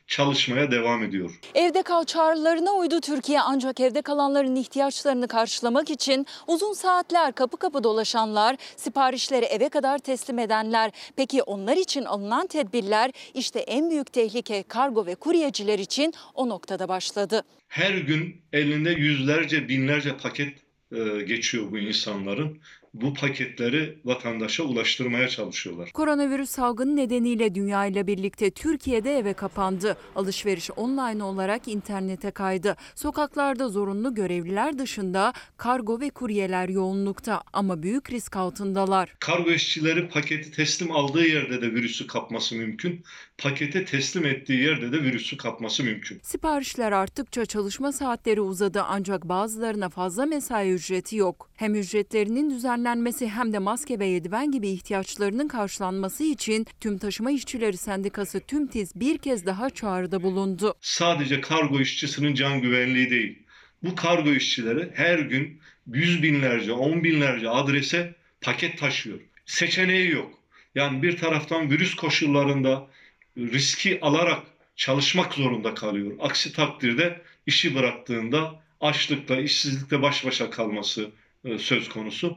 çalışmaya devam ediyor. Evde kal çağrılarına uydu Türkiye, ancak evde kalanların ihtiyaçlarını karşılamak için uzun saatler kapı kapı dolaşanlar, siparişleri eve kadar teslim edenler. Peki onlar için alınan tedbirler? İşte en büyük tehlike kargo ve kuryeciler için o noktada başladı. Her gün elinde yüzlerce, binlerce paket e, geçiyor bu insanların. Bu paketleri vatandaşa ulaştırmaya çalışıyorlar. Koronavirüs salgını nedeniyle dünya ile birlikte Türkiye'de eve kapandı. Alışveriş online olarak internete kaydı. Sokaklarda zorunlu görevliler dışında kargo ve kuryeler yoğunlukta ama büyük risk altındalar. Kargo işçileri paketi teslim aldığı yerde de virüsü kapması mümkün. Pakete teslim ettiği yerde de virüsü kapması mümkün. Siparişler arttıkça çalışma saatleri uzadı, ancak bazılarına fazla mesai ücreti yok. Hem ücretlerinin düzenlenmesi hem de maske ve eldiven gibi ihtiyaçlarının karşılanması için Tüm Taşıma İşçileri Sendikası TÜMTİZ bir kez daha çağrıda bulundu. Sadece kargo işçisinin can güvenliği değil. Bu kargo işçileri her gün yüz binlerce, on binlerce adrese paket taşıyor. Seçeneği yok. Yani bir taraftan virüs koşullarında riski alarak çalışmak zorunda kalıyor. Aksi takdirde işi bıraktığında açlıkla, işsizlikle baş başa kalması söz konusu.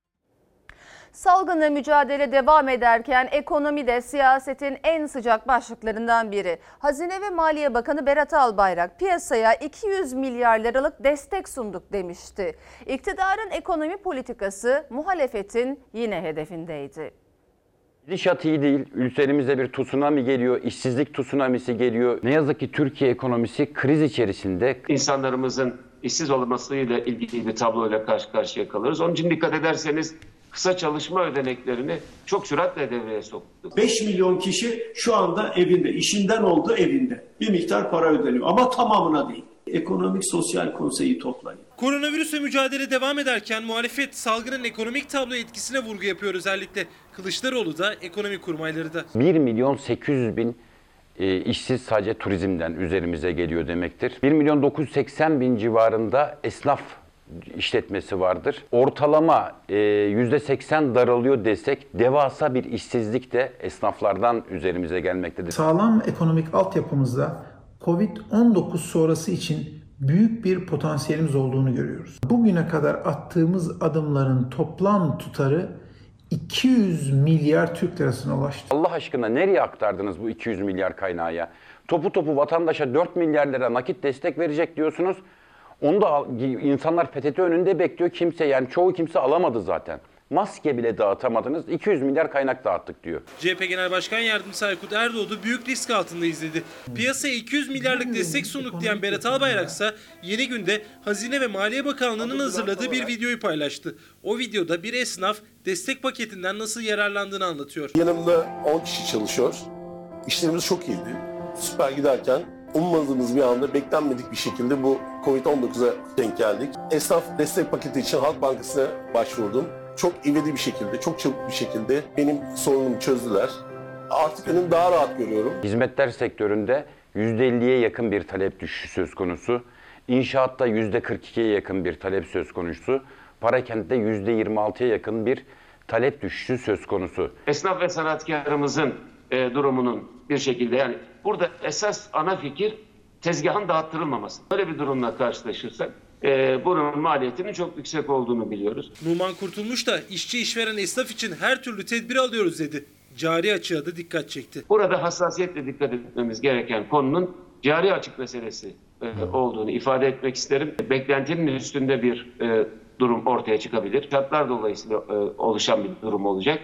Salgınla mücadele devam ederken ekonomi de siyasetin en sıcak başlıklarından biri. Hazine ve Maliye Bakanı Berat Albayrak piyasaya iki yüz milyar liralık destek sunduk demişti. İktidarın ekonomi politikası muhalefetin yine hedefindeydi. Gidişat iyi değil. Ülkemize bir tsunami geliyor, işsizlik tsunamisi geliyor. Ne yazık ki Türkiye ekonomisi kriz içerisinde. İnsanlarımızın işsiz olmasıyla ilgili bir tabloyla karşı karşıya kalırız. Onun için dikkat ederseniz kısa çalışma ödeneklerini çok süratle devreye soktu. beş milyon kişi şu anda evinde, işinden oldu evinde. Bir miktar para ödeniyor ama tamamına değil. Ekonomik Sosyal Konseyi toplayın. Koronavirüsle mücadele devam ederken muhalefet salgının ekonomik tablo etkisine vurgu yapıyor özellikle. Kılıçdaroğlu da ekonomi kurmayları da. bir milyon sekiz yüz bin e, işsiz sadece turizmden üzerimize geliyor demektir. bir milyon dokuz yüz seksen bin civarında esnaf işletmesi vardır. Ortalama e, yüzde seksen daralıyor desek devasa bir işsizlik de esnaflardan üzerimize gelmektedir. Sağlam ekonomik altyapımızda kovid on dokuz sonrası için büyük bir potansiyelimiz olduğunu görüyoruz. Bugüne kadar attığımız adımların toplam tutarı iki yüz milyar Türk lirasına ulaştı. Allah aşkına nereye aktardınız bu iki yüz milyar kaynağı ya? Topu topu vatandaşa dört milyar lira nakit destek verecek diyorsunuz. Onu da insanlar P T T önünde bekliyor. Kimse, yani çoğu kimse alamadı zaten. Maske bile dağıtamadınız. iki yüz milyar kaynak dağıttık diyor. C H P Genel Başkan Yardımcısı Aykut Erdoğdu büyük risk altında izledi. Piyasaya iki yüz milyarlık destek sunduk diyen Berat Albayrak ise yeni günde Hazine ve Maliye Bakanlığı'nın hazırladığı bir videoyu paylaştı. O videoda bir esnaf destek paketinden nasıl yararlandığını anlatıyor. Yanımda on kişi çalışıyor. İşlerimiz çok iyiydi. Süper giderken ummadığımız bir anda beklenmedik bir şekilde bu kovid on dokuza denk geldik. Esnaf destek paketi için Halk Bankası'na başvurdum. Çok ivedi bir şekilde, çok çabuk bir şekilde benim sorunumu çözdüler. Artık önümü daha rahat görüyorum. Hizmetler sektöründe yüzde elliye yakın bir talep düşüşü söz konusu. İnşaatta yüzde kırk ikiye yakın bir talep söz konusu. Parakent'te yüzde yirmi altıya yakın bir talep düşüşü söz konusu. Esnaf ve sanatkarımızın e, durumunun bir şekilde, yani burada esas ana fikir tezgahın dağıttırılmaması. Böyle bir durumla karşılaşırsak e, bunun maliyetinin çok yüksek olduğunu biliyoruz. Numan Kurtulmuş da işçi işveren esnaf için her türlü tedbir alıyoruz dedi. Cari açığa da dikkat çekti. Burada hassasiyetle dikkat etmemiz gereken konunun cari açık meselesi e, olduğunu ifade etmek isterim. Beklentinin üstünde bir e, durum ortaya çıkabilir. Şartlar dolayısıyla e, oluşan bir durum olacak.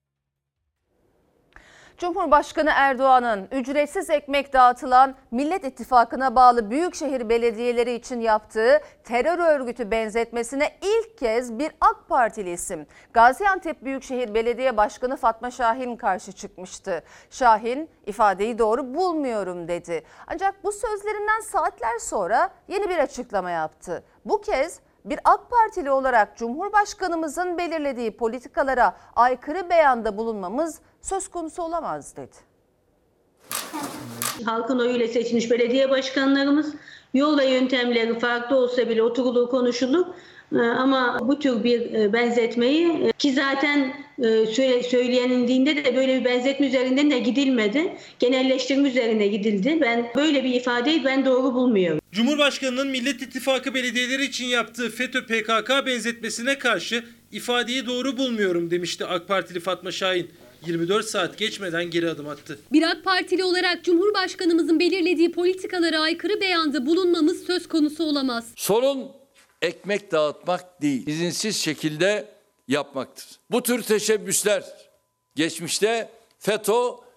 Cumhurbaşkanı Erdoğan'ın ücretsiz ekmek dağıtılan Millet İttifakı'na bağlı büyükşehir belediyeleri için yaptığı terör örgütü benzetmesine ilk kez bir AK Partili isim Gaziantep Büyükşehir Belediye Başkanı Fatma Şahin karşı çıkmıştı. Şahin ifadeyi doğru bulmuyorum dedi. Ancak bu sözlerinden saatler sonra yeni bir açıklama yaptı. Bu kez bir AK Partili olarak Cumhurbaşkanımızın belirlediği politikalara aykırı beyanda bulunmamız söz konusu olamaz dedi. Halkın oyuyla seçilmiş belediye başkanlarımız yol ve yöntemleri farklı olsa bile oturulur konuşulur. Ama bu tür bir benzetmeyi ki zaten söyleyeninde de böyle bir benzetme üzerinden de gidilmedi. Genelleştirme üzerine gidildi. Ben böyle bir ifadeyi ben doğru bulmuyorum. Cumhurbaşkanının Millet İttifakı belediyeleri için yaptığı FETÖ P K K benzetmesine karşı ifadeyi doğru bulmuyorum demişti AK Partili Fatma Şahin. yirmi dört saat geçmeden geri adım attı. Bir AK Partili olarak Cumhurbaşkanımızın belirlediği politikalara aykırı beyanda bulunmamız söz konusu olamaz. Sorun ekmek dağıtmak değil, izinsiz şekilde yapmaktır. Bu tür teşebbüsler geçmişte FETÖ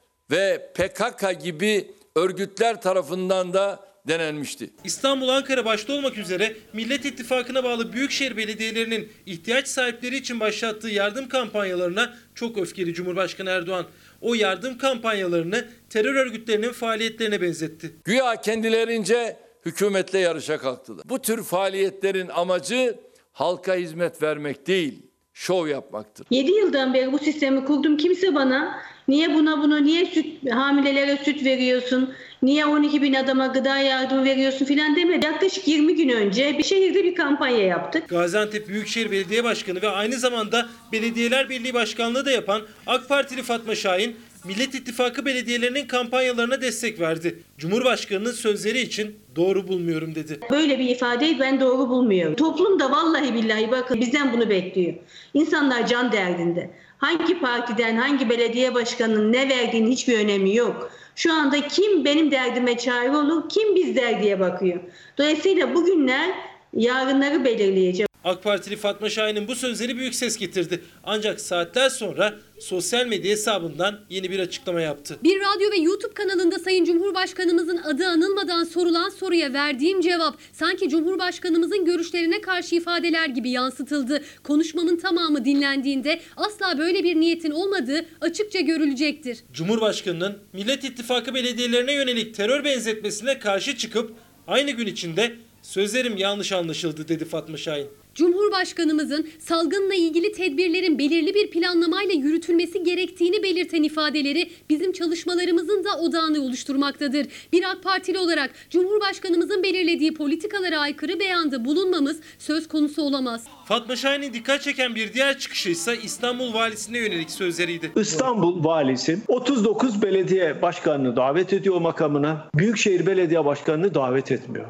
ve P K K gibi örgütler tarafından da denenmişti. İstanbul, Ankara başta olmak üzere Millet İttifakı'na bağlı büyükşehir belediyelerinin ihtiyaç sahipleri için başlattığı yardım kampanyalarına çok öfkeli Cumhurbaşkanı Erdoğan. O yardım kampanyalarını terör örgütlerinin faaliyetlerine benzetti. Güya kendilerince hükümetle yarışa kalktılar. Bu tür faaliyetlerin amacı halka hizmet vermek değil, şov yapmaktır. yedi yıldan beri bu sistemi kurdum. Kimse bana niye buna bunu, niye süt, hamilelere süt veriyorsun, niye on iki bin adama gıda yardımı veriyorsun filan demedi. Yaklaşık yirmi gün önce bir şehirde bir kampanya yaptık. Gaziantep Büyükşehir Belediye Başkanı ve aynı zamanda Belediyeler Birliği Başkanlığı da yapan AK Partili Fatma Şahin, Millet İttifakı belediyelerinin kampanyalarına destek verdi. Cumhurbaşkanının sözleri için doğru bulmuyorum dedi. Böyle bir ifadeyi ben doğru bulmuyorum. Toplum da vallahi billahi bakın bizden bunu bekliyor. İnsanlar can derdinde. Hangi partiden, hangi belediye başkanının ne verdiğinin hiçbir önemi yok. Şu anda kim benim derdime çare olur, kim biz derdiye bakıyor. Dolayısıyla bugünler yarınları belirleyecek. AK Partili Fatma Şahin'in bu sözleri büyük ses getirdi. Ancak saatler sonra sosyal medya hesabından yeni bir açıklama yaptı. Bir radyo ve YouTube kanalında Sayın Cumhurbaşkanımızın adı anılmadan sorulan soruya verdiğim cevap sanki Cumhurbaşkanımızın görüşlerine karşı ifadeler gibi yansıtıldı. Konuşmamın tamamı dinlendiğinde asla böyle bir niyetin olmadığı açıkça görülecektir. Cumhurbaşkanının Millet İttifakı belediyelerine yönelik terör benzetmesine karşı çıkıp aynı gün içinde sözlerim yanlış anlaşıldı dedi Fatma Şahin. Cumhurbaşkanımızın salgınla ilgili tedbirlerin belirli bir planlamayla yürütülmesi gerektiğini belirten ifadeleri bizim çalışmalarımızın da odağını oluşturmaktadır. Bir AK Partili olarak Cumhurbaşkanımızın belirlediği politikalara aykırı beyanda bulunmamız söz konusu olamaz. Fatma Şahin'in dikkat çeken bir diğer çıkışı ise İstanbul Valisi'ne yönelik sözleriydi. İstanbul Valisi otuz dokuz belediye başkanını davet ediyor makamına, Büyükşehir Belediye Başkanı'nı davet etmiyor.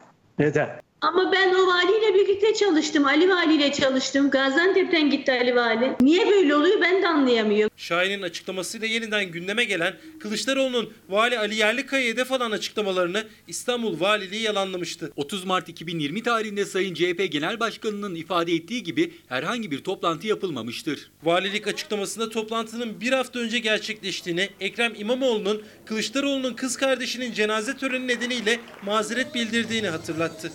Neden? Ama ben o valiyle birlikte çalıştım. Ali valiyle çalıştım. Gaziantep'ten gitti Ali vali. Niye böyle oluyor ben de anlayamıyorum. Şahin'in açıklamasıyla yeniden gündeme gelen Kılıçdaroğlu'nun Vali Ali Yerlikaya'ya hedef alan açıklamalarını İstanbul Valiliği yalanlamıştı. otuz Mart iki bin yirmi tarihinde Sayın C H P Genel Başkanı'nın ifade ettiği gibi herhangi bir toplantı yapılmamıştır. Valilik açıklamasında toplantının bir hafta önce gerçekleştiğini, Ekrem İmamoğlu'nun Kılıçdaroğlu'nun kız kardeşinin cenaze töreni nedeniyle mazeret bildirdiğini hatırlattı.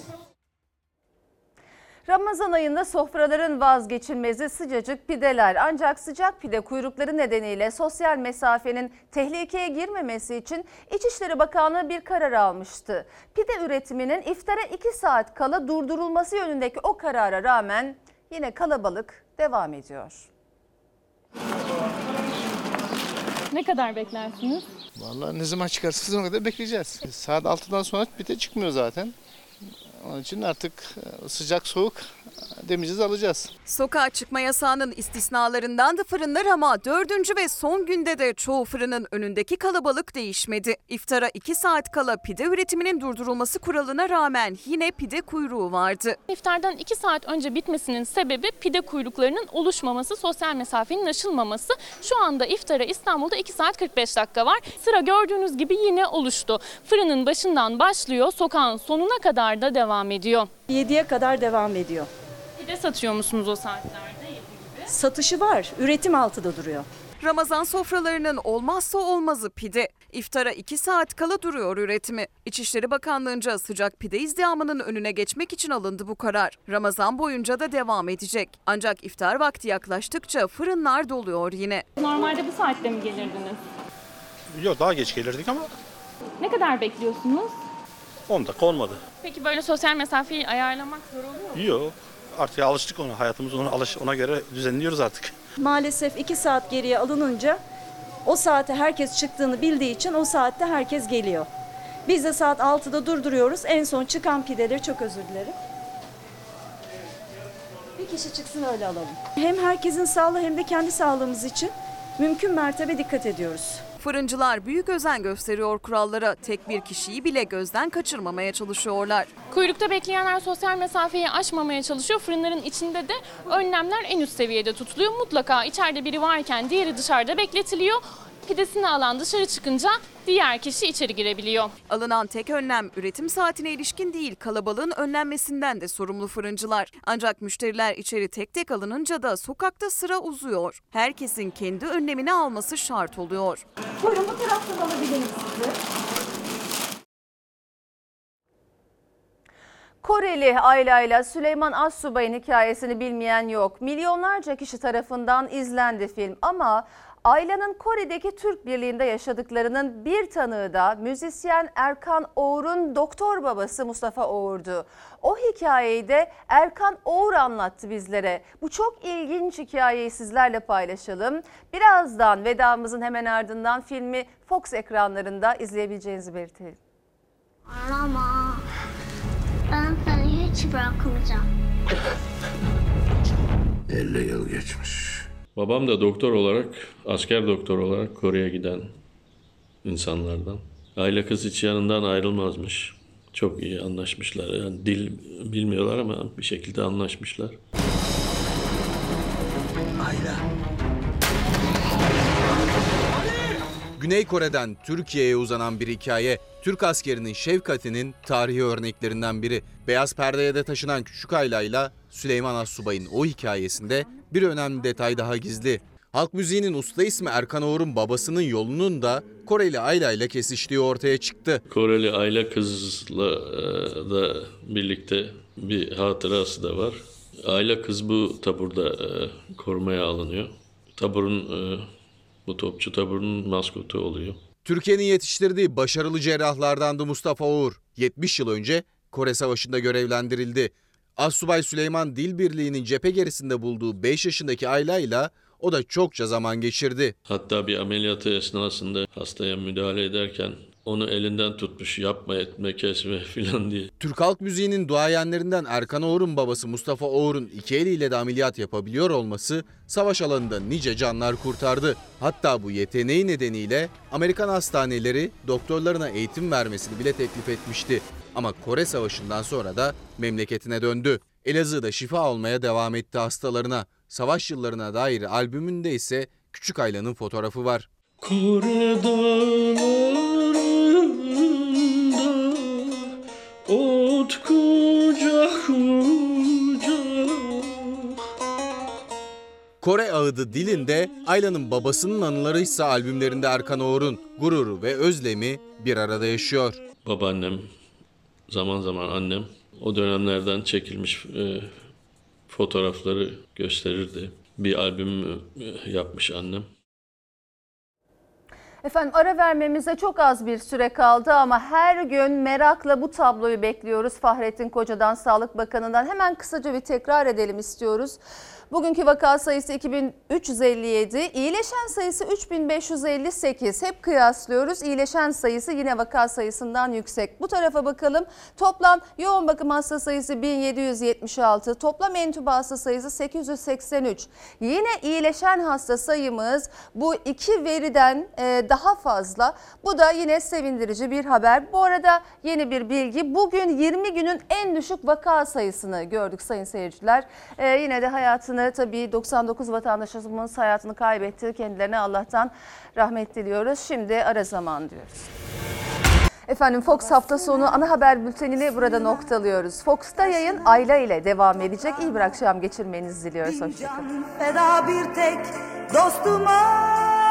Ramazan ayında sofraların vazgeçilmezi sıcacık pideler. Ancak sıcak pide kuyrukları nedeniyle sosyal mesafenin tehlikeye girmemesi için İçişleri Bakanlığı bir karar almıştı. Pide üretiminin iftara iki saat kala durdurulması yönündeki o karara rağmen yine kalabalık devam ediyor. Ne kadar beklersiniz? Vallahi ne zaman çıkarsa o kadar bekleyeceğiz. Saat altıdan sonra pide çıkmıyor zaten. Onun için artık sıcak soğuk demeyeceğiz, alacağız. Sokağa çıkma yasağının istisnalarından da fırınlar ama dördüncü ve son günde de çoğu fırının önündeki kalabalık değişmedi. İftara iki saat kala pide üretiminin durdurulması kuralına rağmen yine pide kuyruğu vardı. İftardan iki saat önce bitmesinin sebebi pide kuyruklarının oluşmaması, sosyal mesafenin aşılmaması. Şu anda iftara İstanbul'da iki saat kırk beş dakika var. Sıra gördüğünüz gibi yine oluştu. Fırının başından başlıyor, sokağın sonuna kadar da devam ediyor. yediye kadar devam ediyor. Pide satıyor musunuz o saatlerde? Satışı var. Üretim altıda duruyor. Ramazan sofralarının olmazsa olmazı pide. İftara iki saat kala duruyor üretimi. İçişleri Bakanlığı'nca sıcak pide izdihamının önüne geçmek için alındı bu karar. Ramazan boyunca da devam edecek. Ancak iftar vakti yaklaştıkça fırınlar doluyor yine. Normalde bu saatte mi gelirdiniz? Yok, daha geç gelirdik ama. Ne kadar bekliyorsunuz? on dakika olmadı. Peki böyle sosyal mesafeyi ayarlamak zor oluyor mu? Yok. Artık alıştık ona. Hayatımız ona, alış, ona göre düzenliyoruz artık. Maalesef iki saat geriye alınınca o saate herkes çıktığını bildiği için o saatte herkes geliyor. Biz de saat altıda durduruyoruz. En son çıkan pideleri, çok özür dilerim. bir kişi çıksın öyle alalım. Hem herkesin sağlığı hem de kendi sağlığımız için mümkün mertebe dikkat ediyoruz. Fırıncılar büyük özen gösteriyor kurallara. Tek bir kişiyi bile gözden kaçırmamaya çalışıyorlar. Kuyrukta bekleyenler sosyal mesafeyi aşmamaya çalışıyor. Fırınların içinde de önlemler en üst seviyede tutuluyor. Mutlaka içeride biri varken diğeri dışarıda bekletiliyor. Pidesini alan dışarı çıkınca diğer kişi içeri girebiliyor. Alınan tek önlem üretim saatine ilişkin değil, kalabalığın önlenmesinden de sorumlu fırıncılar. Ancak müşteriler içeri tek tek alınınca da sokakta sıra uzuyor. Herkesin kendi önlemini alması şart oluyor. Buyurun bu taraftan alabilirim sizi. Koreli Ayla ile Süleyman Assubay'ın hikayesini bilmeyen yok. Milyonlarca kişi tarafından izlendi film ama Ayla'nın Kore'deki Türk Birliği'nde yaşadıklarının bir tanığı da müzisyen Erkan Oğur'un doktor babası Mustafa Oğur'du. O hikayeyi de Erkan Oğur anlattı bizlere. Bu çok ilginç hikayeyi sizlerle paylaşalım. Birazdan vedamızın hemen ardından filmi Fox ekranlarında izleyebileceğinizi belirtelim. Arama. Ben seni hiç bırakmayacağım. elli yıl geçmiş. Babam da doktor olarak, asker doktor olarak Kore'ye giden insanlardan. Aile kız hiç yanından ayrılmazmış. Çok iyi anlaşmışlar. Yani dil bilmiyorlar ama bir şekilde anlaşmışlar. Ayla. Güney Kore'den Türkiye'ye uzanan bir hikaye, Türk askerinin şefkatinin tarihi örneklerinden biri. Beyaz perdeye de taşınan Küçük Ayla'yla Süleyman Assubay'ın o hikayesinde bir önemli detay daha gizli. Halk müziğinin usta ismi Erkan Oğur'un babasının yolunun da Koreli Ayla ile kesiştiği ortaya çıktı. Koreli Ayla kızla da birlikte bir hatırası da var. Ayla kız bu taburda korumaya alınıyor. Taburun, bu topçu taburunun maskotu oluyor. Türkiye'nin yetiştirdiği başarılı cerrahlardandı Mustafa Oğur. yetmiş yıl önce Kore Savaşı'nda görevlendirildi. Assubay Süleyman Dil Birliği'nin cephe gerisinde bulduğu beş yaşındaki Ayla'yla o da çokça zaman geçirdi. Hatta bir ameliyatı esnasında hastaya müdahale ederken onu elinden tutmuş, yapma etme kesme filan diye. Türk halk müziğinin duayenlerinden Erkan Oğur'un babası Mustafa Oğur'un iki eliyle de ameliyat yapabiliyor olması savaş alanında nice canlar kurtardı. Hatta bu yeteneği nedeniyle Amerikan hastaneleri doktorlarına eğitim vermesini bile teklif etmişti. Ama Kore Savaşı'ndan sonra da memleketine döndü. Elazığ'da şifa olmaya devam etti hastalarına. Savaş yıllarına dair albümünde ise Küçük Ayla'nın fotoğrafı var. Kore dağlarında ot kucak kucak. Kore ağıdı dilinde, Ayla'nın babasının anıları ise albümlerinde Erkan Oğur'un gururu ve özlemi bir arada yaşıyor. Babaannem, zaman zaman annem o dönemlerden çekilmiş e, fotoğrafları gösterirdi. Bir albüm e, yapmış annem. Efendim ara vermemize çok az bir süre kaldı ama her gün merakla bu tabloyu bekliyoruz. Fahrettin Koca'dan, Sağlık Bakanı'ndan hemen kısaca bir tekrar edelim istiyoruz. Bugünkü vaka sayısı iki bin üç yüz elli yedi, iyileşen sayısı üç bin beş yüz elli sekiz. Hep kıyaslıyoruz. İyileşen sayısı yine vaka sayısından yüksek. Bu tarafa bakalım. Toplam yoğun bakım hasta sayısı bin yedi yüz yetmiş altı, toplam entübe hasta sayısı sekiz yüz seksen üç. Yine iyileşen hasta sayımız bu iki veriden daha fazla. Bu da yine sevindirici bir haber. Bu arada yeni bir bilgi. Bugün yirmi günün en düşük vaka sayısını gördük sayın seyirciler. Ee, yine de hayatını tabii doksan dokuz vatandaşımız hayatını kaybetti. Kendilerine Allah'tan rahmet diliyoruz. Şimdi ara zaman diyoruz. Efendim Fox hafta sonu ana haber bültenini burada noktalıyoruz. Fox'ta yayın Ayla ile devam edecek. İyi bir akşam geçirmenizi diliyoruz. Hoşçakalın. Feda bir tek dostuma.